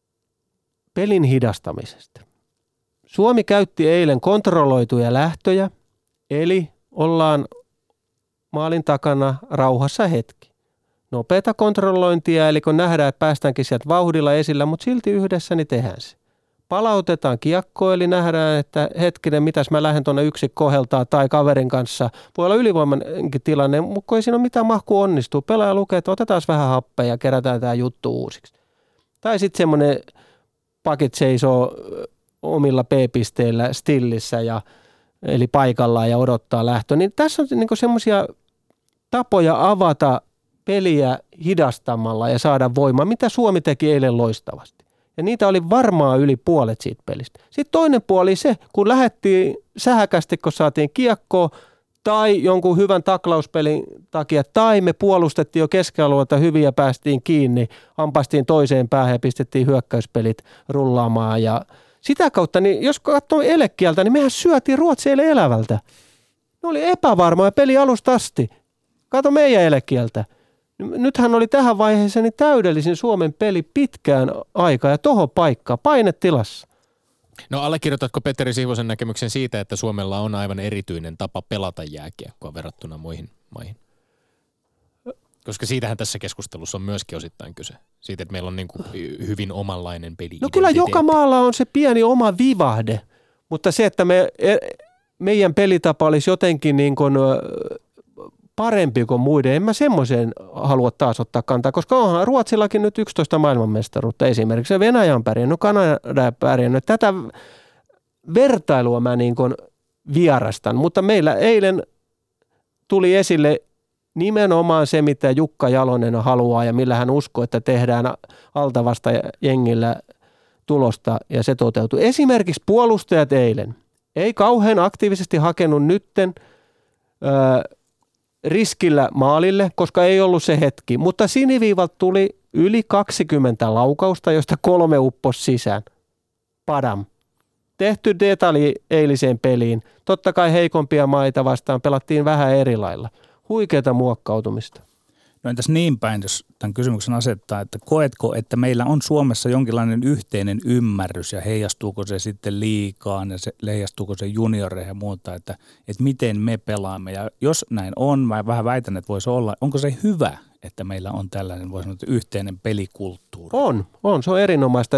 pelin hidastamisesta. Suomi käytti eilen kontrolloituja lähtöjä, eli ollaan maalin takana rauhassa hetki. Nopeata kontrollointia, eli kun nähdään, että päästäänkin sieltä vauhdilla esillä, mutta silti yhdessä niin tehdään se. Palautetaan kiekko, eli nähdään, että hetkinen, mitäs mä lähden tuonne yksi koheltaa tai kaverin kanssa. Voi olla ylivoimankin tilanne, mutta kun ei siinä ole mitään mahkua onnistuu. Pelaaja lukee, että otetaan vähän happea ja kerätään tämä juttu uusiksi. Tai sitten semmoinen pakit seisoo omilla P-pisteillä stillissä ja eli paikallaan ja odottaa lähtö. Niin tässä on niinku semmoisia tapoja avata peliä hidastamalla ja saada voimaa, mitä Suomi teki eilen loistavasti. Ja niitä oli varmaan yli puolet siitä pelistä. Sitten toinen puoli se, kun lähdettiin sähäkästi, kun saatiin kiekkoa tai jonkun hyvän taklauspelin takia, tai me puolustettiin jo keskialueelta hyvin ja päästiin kiinni, ampastiin toiseen päähän ja pistettiin hyökkäyspelit rullaamaan ja sitä kautta, niin jos katsoo elekieltä, niin mehän syötiin Ruotseille elävältä. Ne oli epävarmoja peli alusta asti. Kato meidän elekieltä. Nythän oli tähän vaiheeseen niin täydellisin Suomen peli pitkään aikaa ja tohon paikkaan, painetilassa. No allekirjoitatko Petteri Sihvosen näkemyksen siitä, että Suomella on aivan erityinen tapa pelata jääkiekkoa verrattuna muihin maihin? Koska siitähän tässä keskustelussa on myöskin osittain kyse. Siitä, että meillä on niin kuin hyvin omanlainen peli. No kyllä joka maalla on se pieni oma vivahde, mutta se, että me, meidän pelitapa olisi jotenkin niin kuin parempi kuin muiden. En mä semmoiseen halua taas ottaa kantaa, koska onhan Ruotsillakin nyt yksitoista maailmanmestaruutta esimerkiksi. Venäjä on pärjännyt, Kanada on pärjännyt. Tätä vertailua mä niin kuin vierastan, mutta meillä eilen tuli esille nimenomaan se, mitä Jukka Jalonen haluaa ja millä hän uskoo, että tehdään altavasta jengillä tulosta ja se toteutuu. Esimerkiksi puolustajat eilen ei kauhean aktiivisesti hakenut nytten ö, riskillä maalille, koska ei ollut se hetki, mutta siniviivalta tuli yli kaksikymmentä laukausta, josta kolme upposi sisään. Padam. Tehty detalji eiliseen peliin. Totta kai heikompia maita vastaan pelattiin vähän eri lailla. Huikeata muokkautumista. No entäs niin päin, jos tämän kysymyksen asettaa, että koetko, että meillä on Suomessa jonkinlainen yhteinen ymmärrys ja heijastuuko se sitten liigaan ja se, heijastuuko se junioreihin ja muuta, että, että miten me pelaamme. Ja jos näin on, mä vähän väitän, että voisi olla, onko se hyvä, että meillä on tällainen, voisi sanoa, yhteinen pelikulttuuri? On, on, se on erinomaista.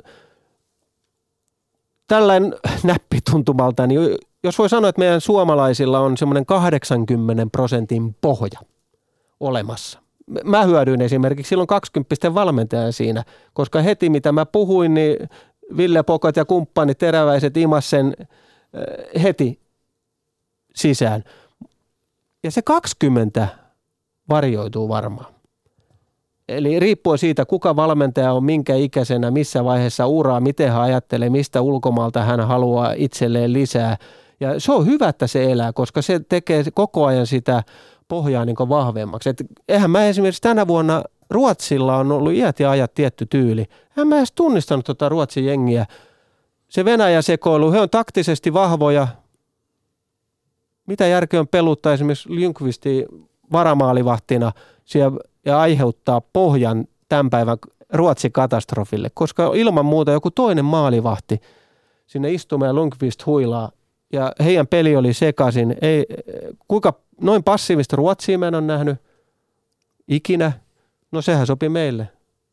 Tällainen näppituntumalta, niin jos voi sanoa, että meidän suomalaisilla on semmoinen kahdeksankymmentä prosentin pohja olemassa. Mä hyödyin esimerkiksi silloin kaksikymppisten valmentajan siinä, koska heti mitä mä puhuin, niin Ville Pokot ja kumppanit teräväiset imas sen heti sisään. Ja se kaksikymmentä varjoituu varmaan. Eli riippuen siitä, kuka valmentaja on, minkä ikäisenä, missä vaiheessa uraa, miten hän ajattelee, mistä ulkomaalta hän haluaa itselleen lisää. Ja se on hyvä, että se elää, koska se tekee koko ajan sitä pohjaa niin kuin vahvemmaksi. Et eihän mä esimerkiksi tänä vuonna Ruotsilla on ollut iät ja ajat tietty tyyli. Eihän mä edes tunnistanut tuota Ruotsin jengiä. Se Venäjä-sekoilu, he on taktisesti vahvoja. Mitä järkeä on peluttaa esimerkiksi Lundqvistin varamaalivahtina siellä ja aiheuttaa pohjan tämän päivän Ruotsin katastrofille, koska ilman muuta joku toinen maalivahti sinne istumaan ja Lundqvist huilaa. Ja heidän peli oli sekaisin. Ei, kuinka noin passiivista Ruotsia mä en ole nähnyt ikinä. No sehän sopi meille.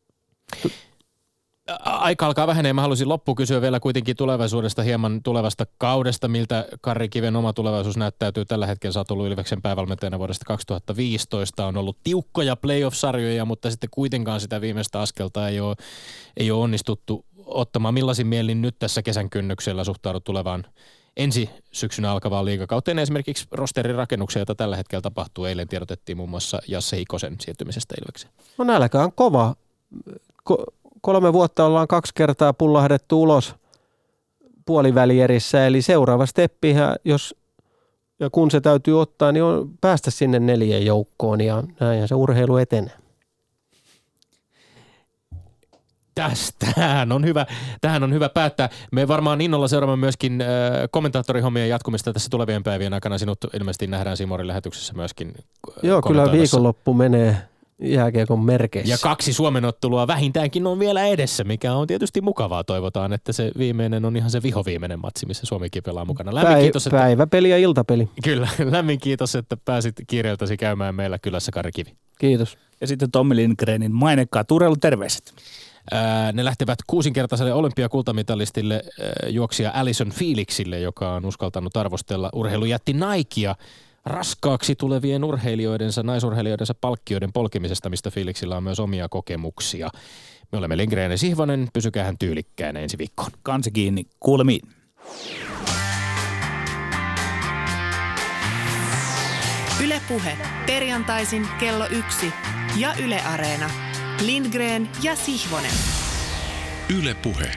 Aika alkaa vähenee. Mä haluaisin loppuun kysyä vielä kuitenkin tulevaisuudesta, hieman tulevasta kaudesta. Miltä Karri Kiven oma tulevaisuus näyttäytyy tällä hetkellä? Sä oot ollut Ilveksen päävalmentajana vuodesta kaksituhattaviisitoista. On ollut tiukkoja playoff-sarjoja, mutta sitten kuitenkaan sitä viimeistä askelta ei ole, ei ole onnistuttu ottamaan. Millaisin mielin nyt tässä kesän kynnyksellä suhtaudut tulevaan ensi syksynä alkavaan liigakauteen, esimerkiksi rosterin rakennuksia, jota tällä hetkellä tapahtuu. Eilen tiedotettiin muun muassa Jasse Ikosen siirtymisestä Ilvekseen. No nälkä on kova. Ko- kolme vuotta ollaan kaksi kertaa pullahdettu ulos puolivälierissä, eli seuraava steppi, jos ja kun se täytyy ottaa, niin on päästä sinne neljän joukkoon ja näin se urheilu etenee. Tähän on hyvä, tähän on hyvä päättää. Me varmaan innolla seuraamme myöskin äh, kommentaattorihommien jatkumista tässä tulevien päivien aikana. Sinut ilmeisesti nähdään Simorin lähetyksessä myöskin. Joo, kyllä viikonloppu menee jääkiekon merkeissä. Ja kaksi Suomen ottelua vähintäänkin on vielä edessä, mikä on tietysti mukavaa. Toivotaan, että se viimeinen on ihan se vihoviimeinen matsi, missä Suomikin pelaa mukana. Lämmin Päi- kiitos, että... Päiväpeli ja iltapeli. Kyllä, lämmin kiitos, että pääsit kiireiltäsi käymään meillä kylässä, Karri Kivi. Kiitos. Ja sitten Tommi Lindgrenin mainekkaat urheiluterveiset. Ne lähtevät kuusinkertaiselle olympiakultamitalistille juoksija Allyson Felixille, joka on uskaltanut arvostella urheilujätti Nikea raskaaksi tulevien urheilijoidensa, naisurheilijoidensa palkkioiden polkemisesta, mistä Felixillä on myös omia kokemuksia. Me olemme Lindgren ja Sihvonen, pysykäähän tyylikkäänä ensi viikkoon. Kansi kiinni, kuulemiin. Yle Puhe, perjantaisin kello yksi ja Yle Areena. Lindgren ja Sihvonen. Yle Puhe.